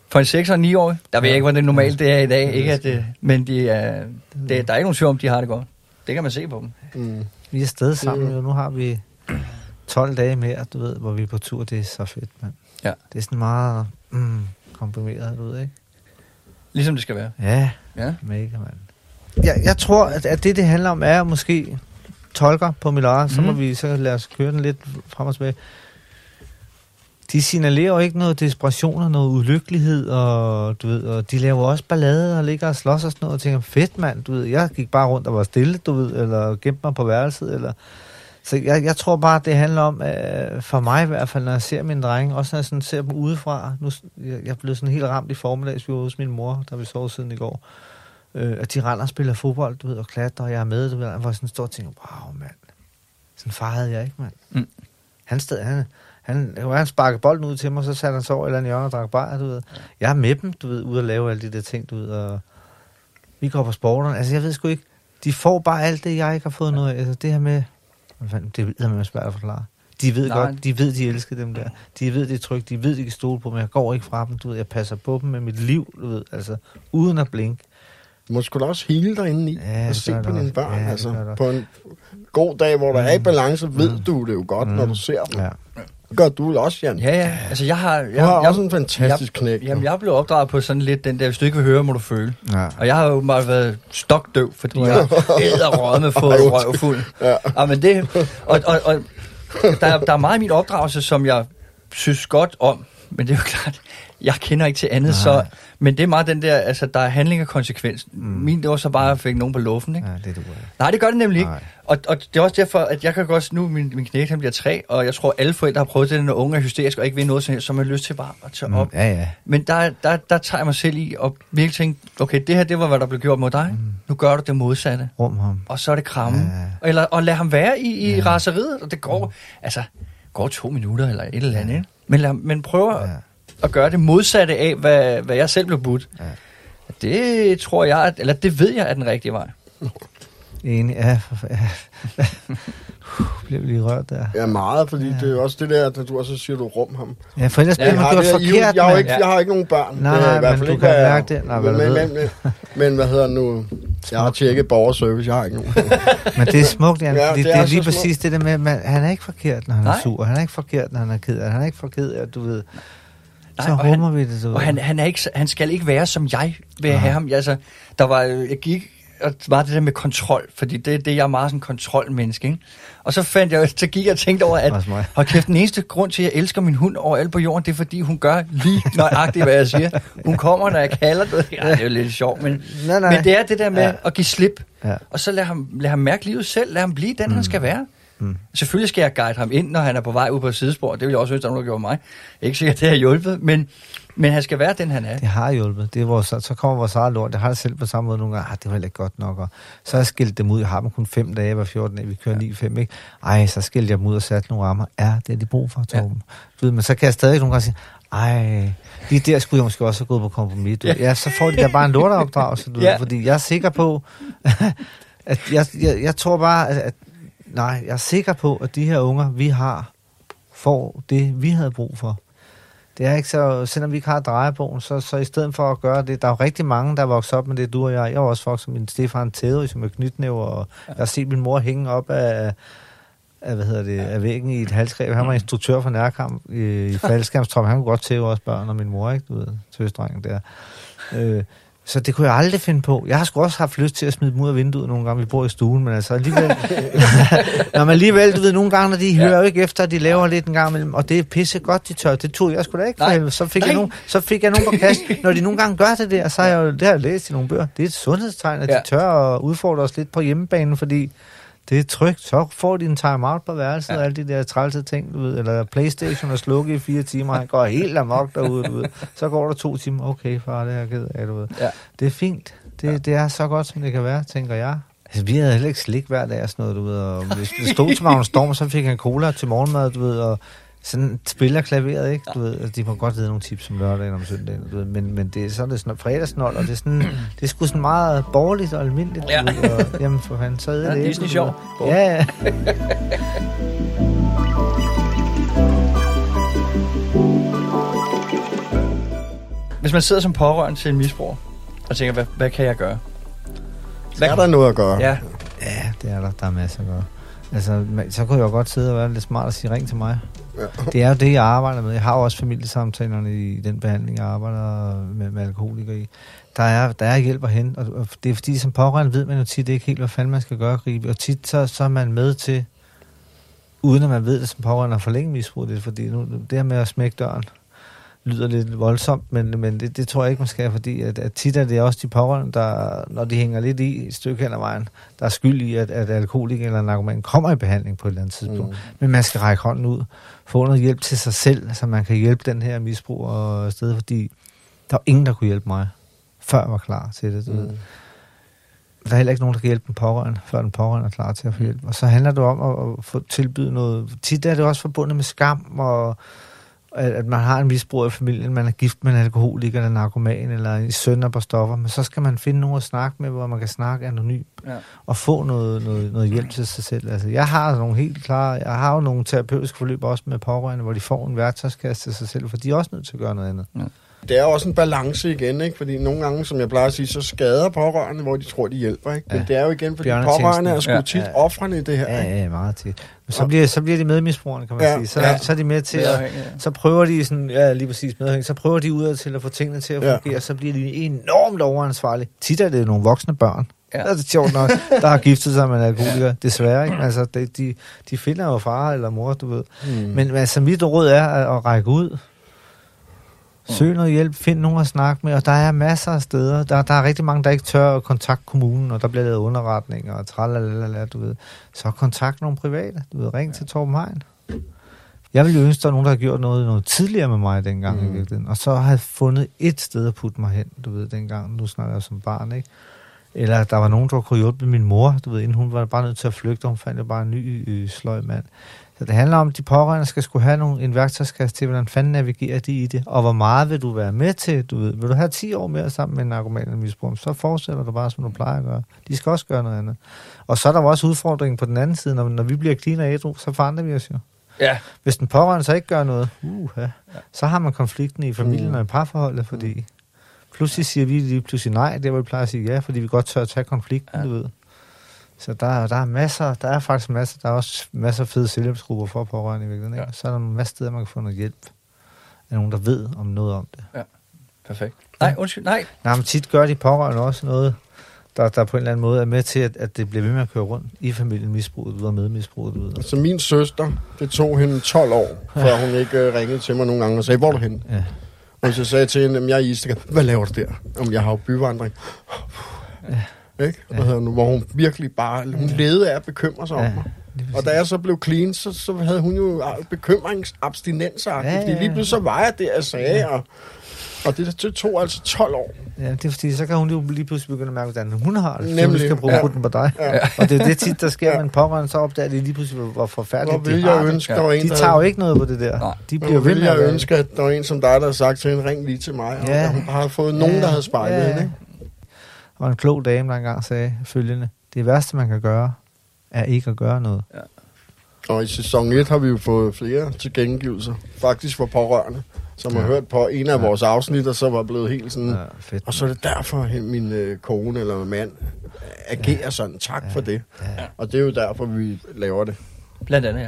For en 6- og 9-årig, der ved jeg ikke, hvordan det normalt det er i dag, ikke? Men der er ikke nogen tvivl om, de har det godt. Det kan man se på dem. Vi er afsted sammen, og nu har vi 12 dage mere, du ved, hvor vi er på tur. Det er så fedt, mand. Ja. Det er sådan meget komprimeret, du ved, ikke? Ligesom det skal være. Ja. Mega, mand. Jeg tror, at det handler om, er måske tolker på Milara, så må vi så lade os køre den lidt frem og tilbage. De signalerer jo ikke noget desperation og noget ulykkelighed, og du ved, og de laver også ballade og ligger og slås og sådan noget, og tænker, fedt mand, du ved, jeg gik bare rundt og var stille, du ved, eller gemte mig på værelset, eller... Så jeg tror bare, det handler om, for mig i hvert fald, når jeg ser mine drenge, også når jeg sådan ser dem udefra, nu, jeg blev sådan helt ramt i formiddags, vi var hos min mor, der vi sov siden i går, at de render og spiller fodbold, du ved, og klatrer, og jeg er med, du ved, hvor jeg sådan står og tænker, wow mand, sådan far havde jeg ikke, mand. Han sparkede bolden ud til mig, så satte han sig over et eller andet hjørne og drak bajer, du ved. Jeg er med dem, du ved, ude at lave alle de der ting, du ved, og vi går på sporterne. Altså, jeg ved sgu ikke, de får bare alt det, jeg ikke har fået noget af. Altså, det her med, det ved man svært at forklare. De ved godt, de elsker dem der. De ved, det er trygt, de ved, de kan stole på mig. Jeg går ikke fra dem, du ved, jeg passer på dem med mit liv, du ved, altså, uden at blinke. Du må sgu da også hele dig indeni og se på dine børn. Ja, altså, på en god dag, hvor der er i balance, ved du det jo godt, når du ser dem. Ja. Gør du også, Jan? Ja. Altså, jeg har også en fantastisk knæk. Jamen, jeg blev opdraget på sådan lidt den der, hvis du ikke vil høre, må du føle. Ja. Og jeg har jo bare været stokdøv, fordi jeg æder røget med fået røvfuld. Ja, men det... Og der er meget i min opdragelse, som jeg synes godt om, men det er jo klart, jeg kender ikke til andet, så... Men det er meget den der, altså, der er handling og konsekvens. Min, det var så bare, at jeg fik nogen på luften, ikke? Ja, det Nej, det gør det nemlig ikke. Og det er også derfor, at jeg kan godt... Nu, min knægt, han bliver 3, og jeg tror, alle forældre har prøvet det, når unge er hysterisk og ikke ved noget, som man har lyst til bare at tage op. Ja. Men der tager jeg mig selv i og virkelig tænke, okay, det her, det var, hvad der blev gjort mod dig. Nu gør du det modsatte. Rum ham. Og så er det kramme. Ja. Og lad ham være i raseriet, og det går... Altså, går 2 minutter eller et eller andet, ikke? Men prøv at gøre det modsatte af, hvad jeg selv blev budt. Ja. Det tror jeg, eller det ved jeg, er den rigtige vej. Enig, ja. Blev lige rørt der. Ja, meget, fordi det er jo også det der, at du også siger, du rum ham. Ja, for ellers bliver man gjort forkert. Jeg har ikke nogen børn. Nej, men du kan mærke det. Men hvad hedder nu? Jeg har tjekket borgerservice, jeg har ikke nogen. Men det er smukt, Jan. Det er lige præcis det der med, han er ikke forkert, når han er sur. Han er ikke forkert, når han er ked. Han er ikke forkert, at du ved... Nej, så rummer vi det så. Og han skal ikke være, som jeg vil have ham. Altså, jeg gik... Og meget det der med kontrol, fordi det jeg er meget sådan en kontrolmenneske, ikke? Og så gik jeg og tænkte over, at hold kæft, den eneste grund til, at jeg elsker min hund over alt på jorden, det er, fordi hun gør lige nøjagtigt, hvad jeg siger. Hun kommer, når jeg kalder det. Ja, det er jo lidt sjovt, men det er det der med at give slip. Ja. Og så lad ham mærke livet selv. Lad ham blive den, han skal være. Selvfølgelig skal jeg guide ham ind, når han er på vej ud på et sidespor. Det vil jeg også synes, der er nogen, der gjorde mig. Ikke sikkert, det har hjulpet, men han skal være den, han er. Det har hjulpet. Det er så kommer vores eget lort. Det har det selv på samme måde nogle gange. Det var heller ikke godt nok. Og så har jeg skilt dem ud. Jeg har dem kun 5 dage, hver 14 dage. Vi kører 9-5, ikke? Så skilte jeg dem ud og satte nogle rammer. Det er de brug for, Torben. Ja. Men så kan jeg stadig nogle gange sige, lige der skulle jeg måske også have gået på kompromis. Så får de der bare en lorteopdragelse, fordi jeg er sikker på, at jeg tror bare, at jeg er sikker på, at de her unger, vi har, får det, vi havde brug for. Det er ikke så, selvom vi ikke har drejebogen, så i stedet for at gøre det, der er jo rigtig mange, der er vokset op med det, du og jeg. Jeg var også vokset med min Stefan Tedry, som er knytnæver, og jeg har set min mor hænge op af væggen i et halsgreb. Han var instruktør for nærkamp i faldskærmstrop. Han kunne godt tæve også børn og min mor, ikke? Du ved, tøsdrengen der. Så det kunne jeg aldrig finde på. Jeg har sgu også haft lyst til at smide dem ud af vinduet nogle gange, vi bor i stuen, men altså alligevel... når man alligevel, du ved, nogle gange, når de hører ikke efter, de laver lidt en gang imellem, og det er pisse godt, de tør. Det tog jeg sgu da ikke. Så fik jeg nogen på kast. Når de nogle gange gør det der, så har jeg jo det har læst i nogle bøger. Det er et sundhedstegn, at de tør at udfordre os lidt på hjemmebanen, fordi det er trygt. Så får de en time-out på værelset og alle de der trælse ting, du ved, eller PlayStation er slukket i 4 timer, han går helt amok derude, du ved. Så går der 2 timer, okay far, det er jeg ked af, du ved. Ja. Det er fint. Det er så godt, som det kan være, tænker jeg. Altså, vi havde heller ikke slik hver dag og sådan noget, du ved, og hvis det stod til Magnus Storm, så fik han cola til morgenmad, du ved, og sådan spiller klaveret, ikke? Du ved, de må godt vide nogle tips om lørdagen og om søndagen, du ved, men det er sådan, det er sådan fredagsnold, og det er sådan, det er sgu sådan meget borgerligt og almindeligt, du ved, og jamen for fanden, så er det ikke. Det er sjovt. Ja. Hvis man sidder som pårørende til en misbruger, og tænker, hvad kan jeg gøre? Hvad er der noget at gøre? Ja, det er der. Der er masser at gøre. Altså, så kunne jeg jo godt sidde og være lidt smart og sige, ring til mig. Ja. Det er jo det, jeg arbejder med. Jeg har jo også familiesamtalerne i den behandling, jeg arbejder med alkoholikere i. Der er hjælp at hente, og det er fordi, som pårørende ved man jo tit ikke helt, hvad fanden man skal gøre, gribe. Og tit så er man med til, uden at man ved det som pårørende, at forlænge misbrug. Det, fordi nu, det her med at smække døren lyder lidt voldsomt, men det tror jeg ikke, man skal, fordi at tit er det også de pårørende, der, når de hænger lidt i et stykke hen ad vejen, der er skyld i, at alkoholikeren eller narkoman kommer i behandling på et eller andet tidspunkt. Men man skal række hånden ud, få noget hjælp til sig selv, så man kan hjælpe den her misbruger afsted, fordi der var ingen, der kunne hjælpe mig, før jeg var klar til det. Der er heller ikke nogen, der kan hjælpe den pårørende, før den pårørende er klar til at få hjælp. Og så handler det om at få tilbyde noget. Tit er det også forbundet med skam, og at man har en misbruger i familien, man er gift med en alkoholiker eller narkoman, eller en søn på stoffer, men så skal man finde nogen at snakke med, hvor man kan snakke anonymt, og få noget hjælp til sig selv. Altså, jeg har jo nogle terapeutiske forløb også med pårørende, hvor de får en værktøjskasse til sig selv, for de er også nødt til at gøre noget andet. Ja. Det er også en balance igen, ikke? Fordi nogle gange, som jeg plejer at sige, så skader pårørende, hvor de tror, de hjælper, ikke? Men det er jo igen, fordi pårørende er sgu tit ofrene i det her, ikke? Ja, meget tit. Men så bliver de medmisbrugerne, kan man sige. Så er de med til at... Så prøver de sådan... Ja, lige præcis medhæng. Så prøver de udad til at få tingene til at fungere, så bliver de enormt overansvarlige. Tit er det nogle voksne børn. Ja. Det er sjovt nok, der har giftet sig med en alkoholiker. Desværre, ikke? Altså, de finder jo far eller mor, du ved. Men altså, mit råd er at række ud. Søg noget hjælp, find nogen at snakke med, og der er masser af steder. Der er rigtig mange, der ikke tør at kontakte kommunen, og der bliver lavet underretninger og tralalala, du ved. Så kontakt nogle private, du ved, ring til Torben Hein. Jeg ville jo ønske, der var nogen, der har gjort noget tidligere med mig dengang, i virkeligheden. Og så havde jeg fundet et sted at putte mig hen, du ved, dengang. Nu snakker jeg som barn, ikke? Eller der var nogen, der kunne hjælpe min mor, du ved, inden hun var bare nødt til at flygte, hun fandt jo bare en ny sløj mand. Så det handler om, at de pårørende skal skulle have en værktøjskasse til, hvordan fanden navigerer de i det, og hvor meget vil du være med til, du ved. Vil du have 10 år mere sammen med en narkoman eller misbruger, så fortsætter du bare, som du plejer at gøre. De skal også gøre noget andet. Og så er der også udfordringen på den anden side, når vi bliver clean og ædru, så forandrer vi os jo. Ja. Hvis den pårørende så ikke gør noget, så har man konflikten i familien og i parforholdet, fordi pludselig siger vi lige pludselig nej, det hvor vi plejer at sige ja, fordi vi godt tør at tage konflikten, du ved. Så der er masser, der er også masser af fede selvhjælpsgrupper for pårørende i virkeligheden, ikke? Så er der en masse steder, man kan få noget hjælp af nogen, der ved om noget om det. Ja, perfekt. Nej, undskyld, nej. Nej, men tit gør de pårørende også noget, der på en eller anden måde er med til, at det bliver ved med at køre rundt i familien misbruget og medmisbruget. Altså min søster, det tog hende 12 år, før hun ikke ringede til mig nogle gange og sagde, hvor er du henne? Ja. Og så sagde jeg til hende, jeg er istikker. Hvad laver du der? Om jeg har jo byvandring. Ja. Ikke? Ja. Hvor hun virkelig bare, hun levede af at bekymre sig om mig. Og da jeg så blev clean, så havde hun jo bekymringsabstinenser. Fordi lige pludselig så var jeg det, jeg sagde, og det tog altså 12 år. Ja, det er fordi, så kan hun jo lige pludselig begynde at mærke, hvordan hun har det. Nemlig. Så skal bruge den på dig. Ja. Og det er det tit, der sker med en pårørende, så opdager de lige pludselig, hvor forfærdeligt de har det. De tager jo ikke noget på det der. Nej. De bliver ved med jeg ønsker, at der var en som dig, der havde sagt til hende, ring lige til mig. Og hun bare havde fået nogen, der havde spejlet hende. Og en klog dame, der engang sagde følgende: det værste, man kan gøre, er ikke at gøre noget. Ja. Og i sæson 1 har vi jo fået flere tilkendegivelser, faktisk for pårørende, som har hørt på en af vores afsnit, og så var blevet helt sådan... Fedt, og så er det derfor, at min kone eller mand agerer sådan. Tak for det. Ja. Og det er jo derfor, vi laver det. Blandt andet, ja.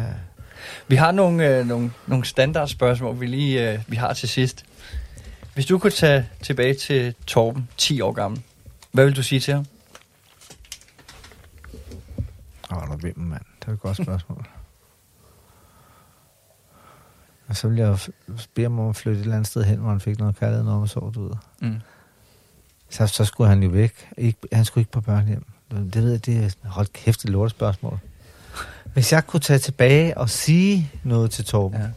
Vi har nogle standardspørgsmål, vi har til sidst. Hvis du kunne tage tilbage til Torben, 10 år gammel, hvad vil du sige til ham? Der vil mand. Det er et godt spørgsmål. Og så ville jeg bede ham om at flytte et eller andet sted hen, hvor han fik noget kærlighed, når man sov ud. Så skulle han jo væk. Han skulle ikke på børnehjem. Det ved jeg, det er hold kæft et lortespørgsmål. Hvis jeg kunne tage tilbage og sige noget til Torben. Ja.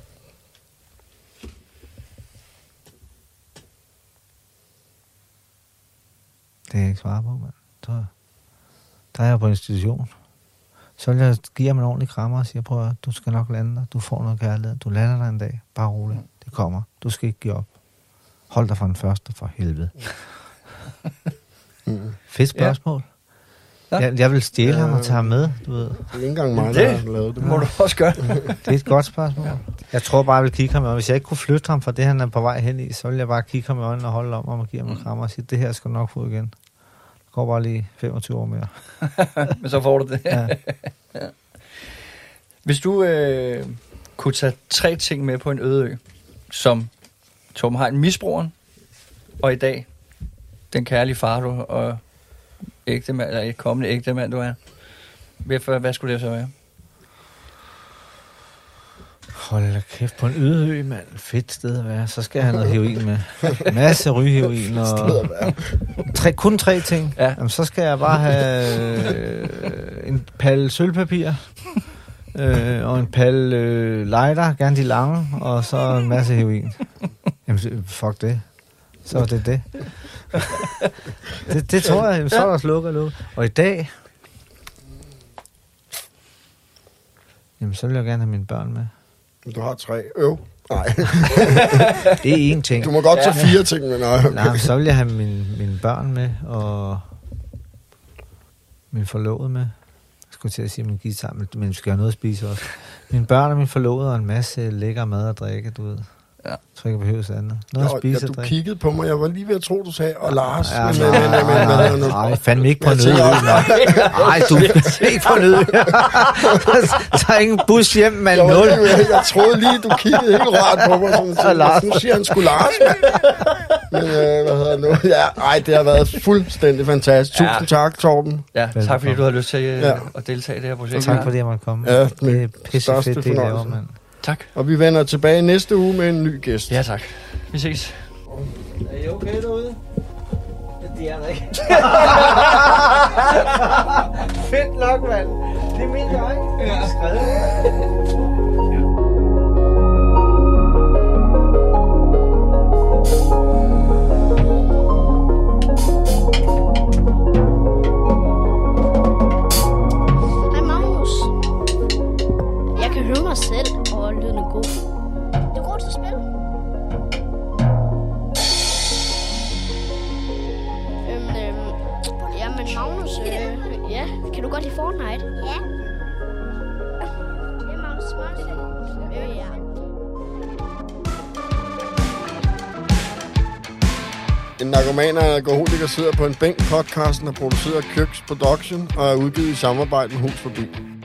Det kan jeg ikke svare på, mand. Der er jeg på institution. Så vil jeg give ham en ordentlig krammer og sige, prøv at du skal nok lande dig. Du får noget kærlighed. Du lander dig en dag. Bare roligt. Det kommer. Du skal ikke give op. Hold dig for den første, for helvede. Fedt spørgsmål. Jeg vil stjæle ham og tage ham med, du ved. Det er ikke engang mig, der har lavet det. Må du også gøre. Det er et godt spørgsmål. Ja. Jeg tror bare, jeg vil kigge ham i øjnene. Hvis jeg ikke kunne flytte ham fra det, han er på vej hen i, så vil jeg bare kigge ham i øjnene og holde om og give ham en krammer og sige, det her skal du nok få igen. Det går bare lige 25 år mere. Men så får du det. Ja. Ja. Hvis du kunne tage 3 ting med på en øde ø, som Torben Hein, misbrugeren, og i dag den kærlige far, du og ægtemand, eller kommende ægtemand, du er. Hvad skulle det så være? Hold da kæft, på en øde ø, mand. Fedt sted at være. Så skal jeg have noget heroin med. Masse rygeheroin og... kun 3 ting. Ja. Jamen, så skal jeg bare have en palle sølvpapir og en palle lighter, gerne de lange, og så en masse heroin. Jamen, fuck det. Så er det. Det tror jeg. Så er der slukket. Og i dag... Jamen, så vil jeg gerne have mine børn med. Du har 3. Nej. Det er 1 ting. Du må godt tage 4 ting med. Nej, så vil jeg have mine børn med, og min forlovede med. Jeg skulle til at sige min guitar, men vi skal have noget at spise også. Mine børn og min forlovede og en masse lækker mad og drikke, du ved. Ja. Jeg tror ikke, jeg behøver andet. Noget at spise og drikke. Du kiggede på mig. Jeg var lige ved at tro, du sagde, og Lars. Nej, fandme ikke på en øde. Nej, du er ikke på en øde. Der er ingen bus hjem, mand. Jeg troede lige, du kiggede helt rart på mig. Nu siger han sgu Lars, men hvad hedder nu? Ja, det har været fuldstændig fantastisk. Tusind tak, Torben. Ja, tak fordi du har lyst til at deltage i det her projekt. Tak fordi jeg måtte komme. Ja, det er pissefedt, det laver, mand. Tak. Og vi vender tilbage næste uge med en ny gæst. Ja, tak. Vi ses. Er I okay derude? Det er der ikke. Fedt nok, mand. Det er min gang. Jeg har skrevet. Selv og lyden er god. Du er god til at spille. Jamen Magnus, ja, kan du godt lide Fortnite? Ja. Det er Magnus Småsø. Ja. En narkoman og alkoholiker sidder på en bænk. Podcasten er produceret af Køks Production og er udgivet i samarbejde med Hus Forbi.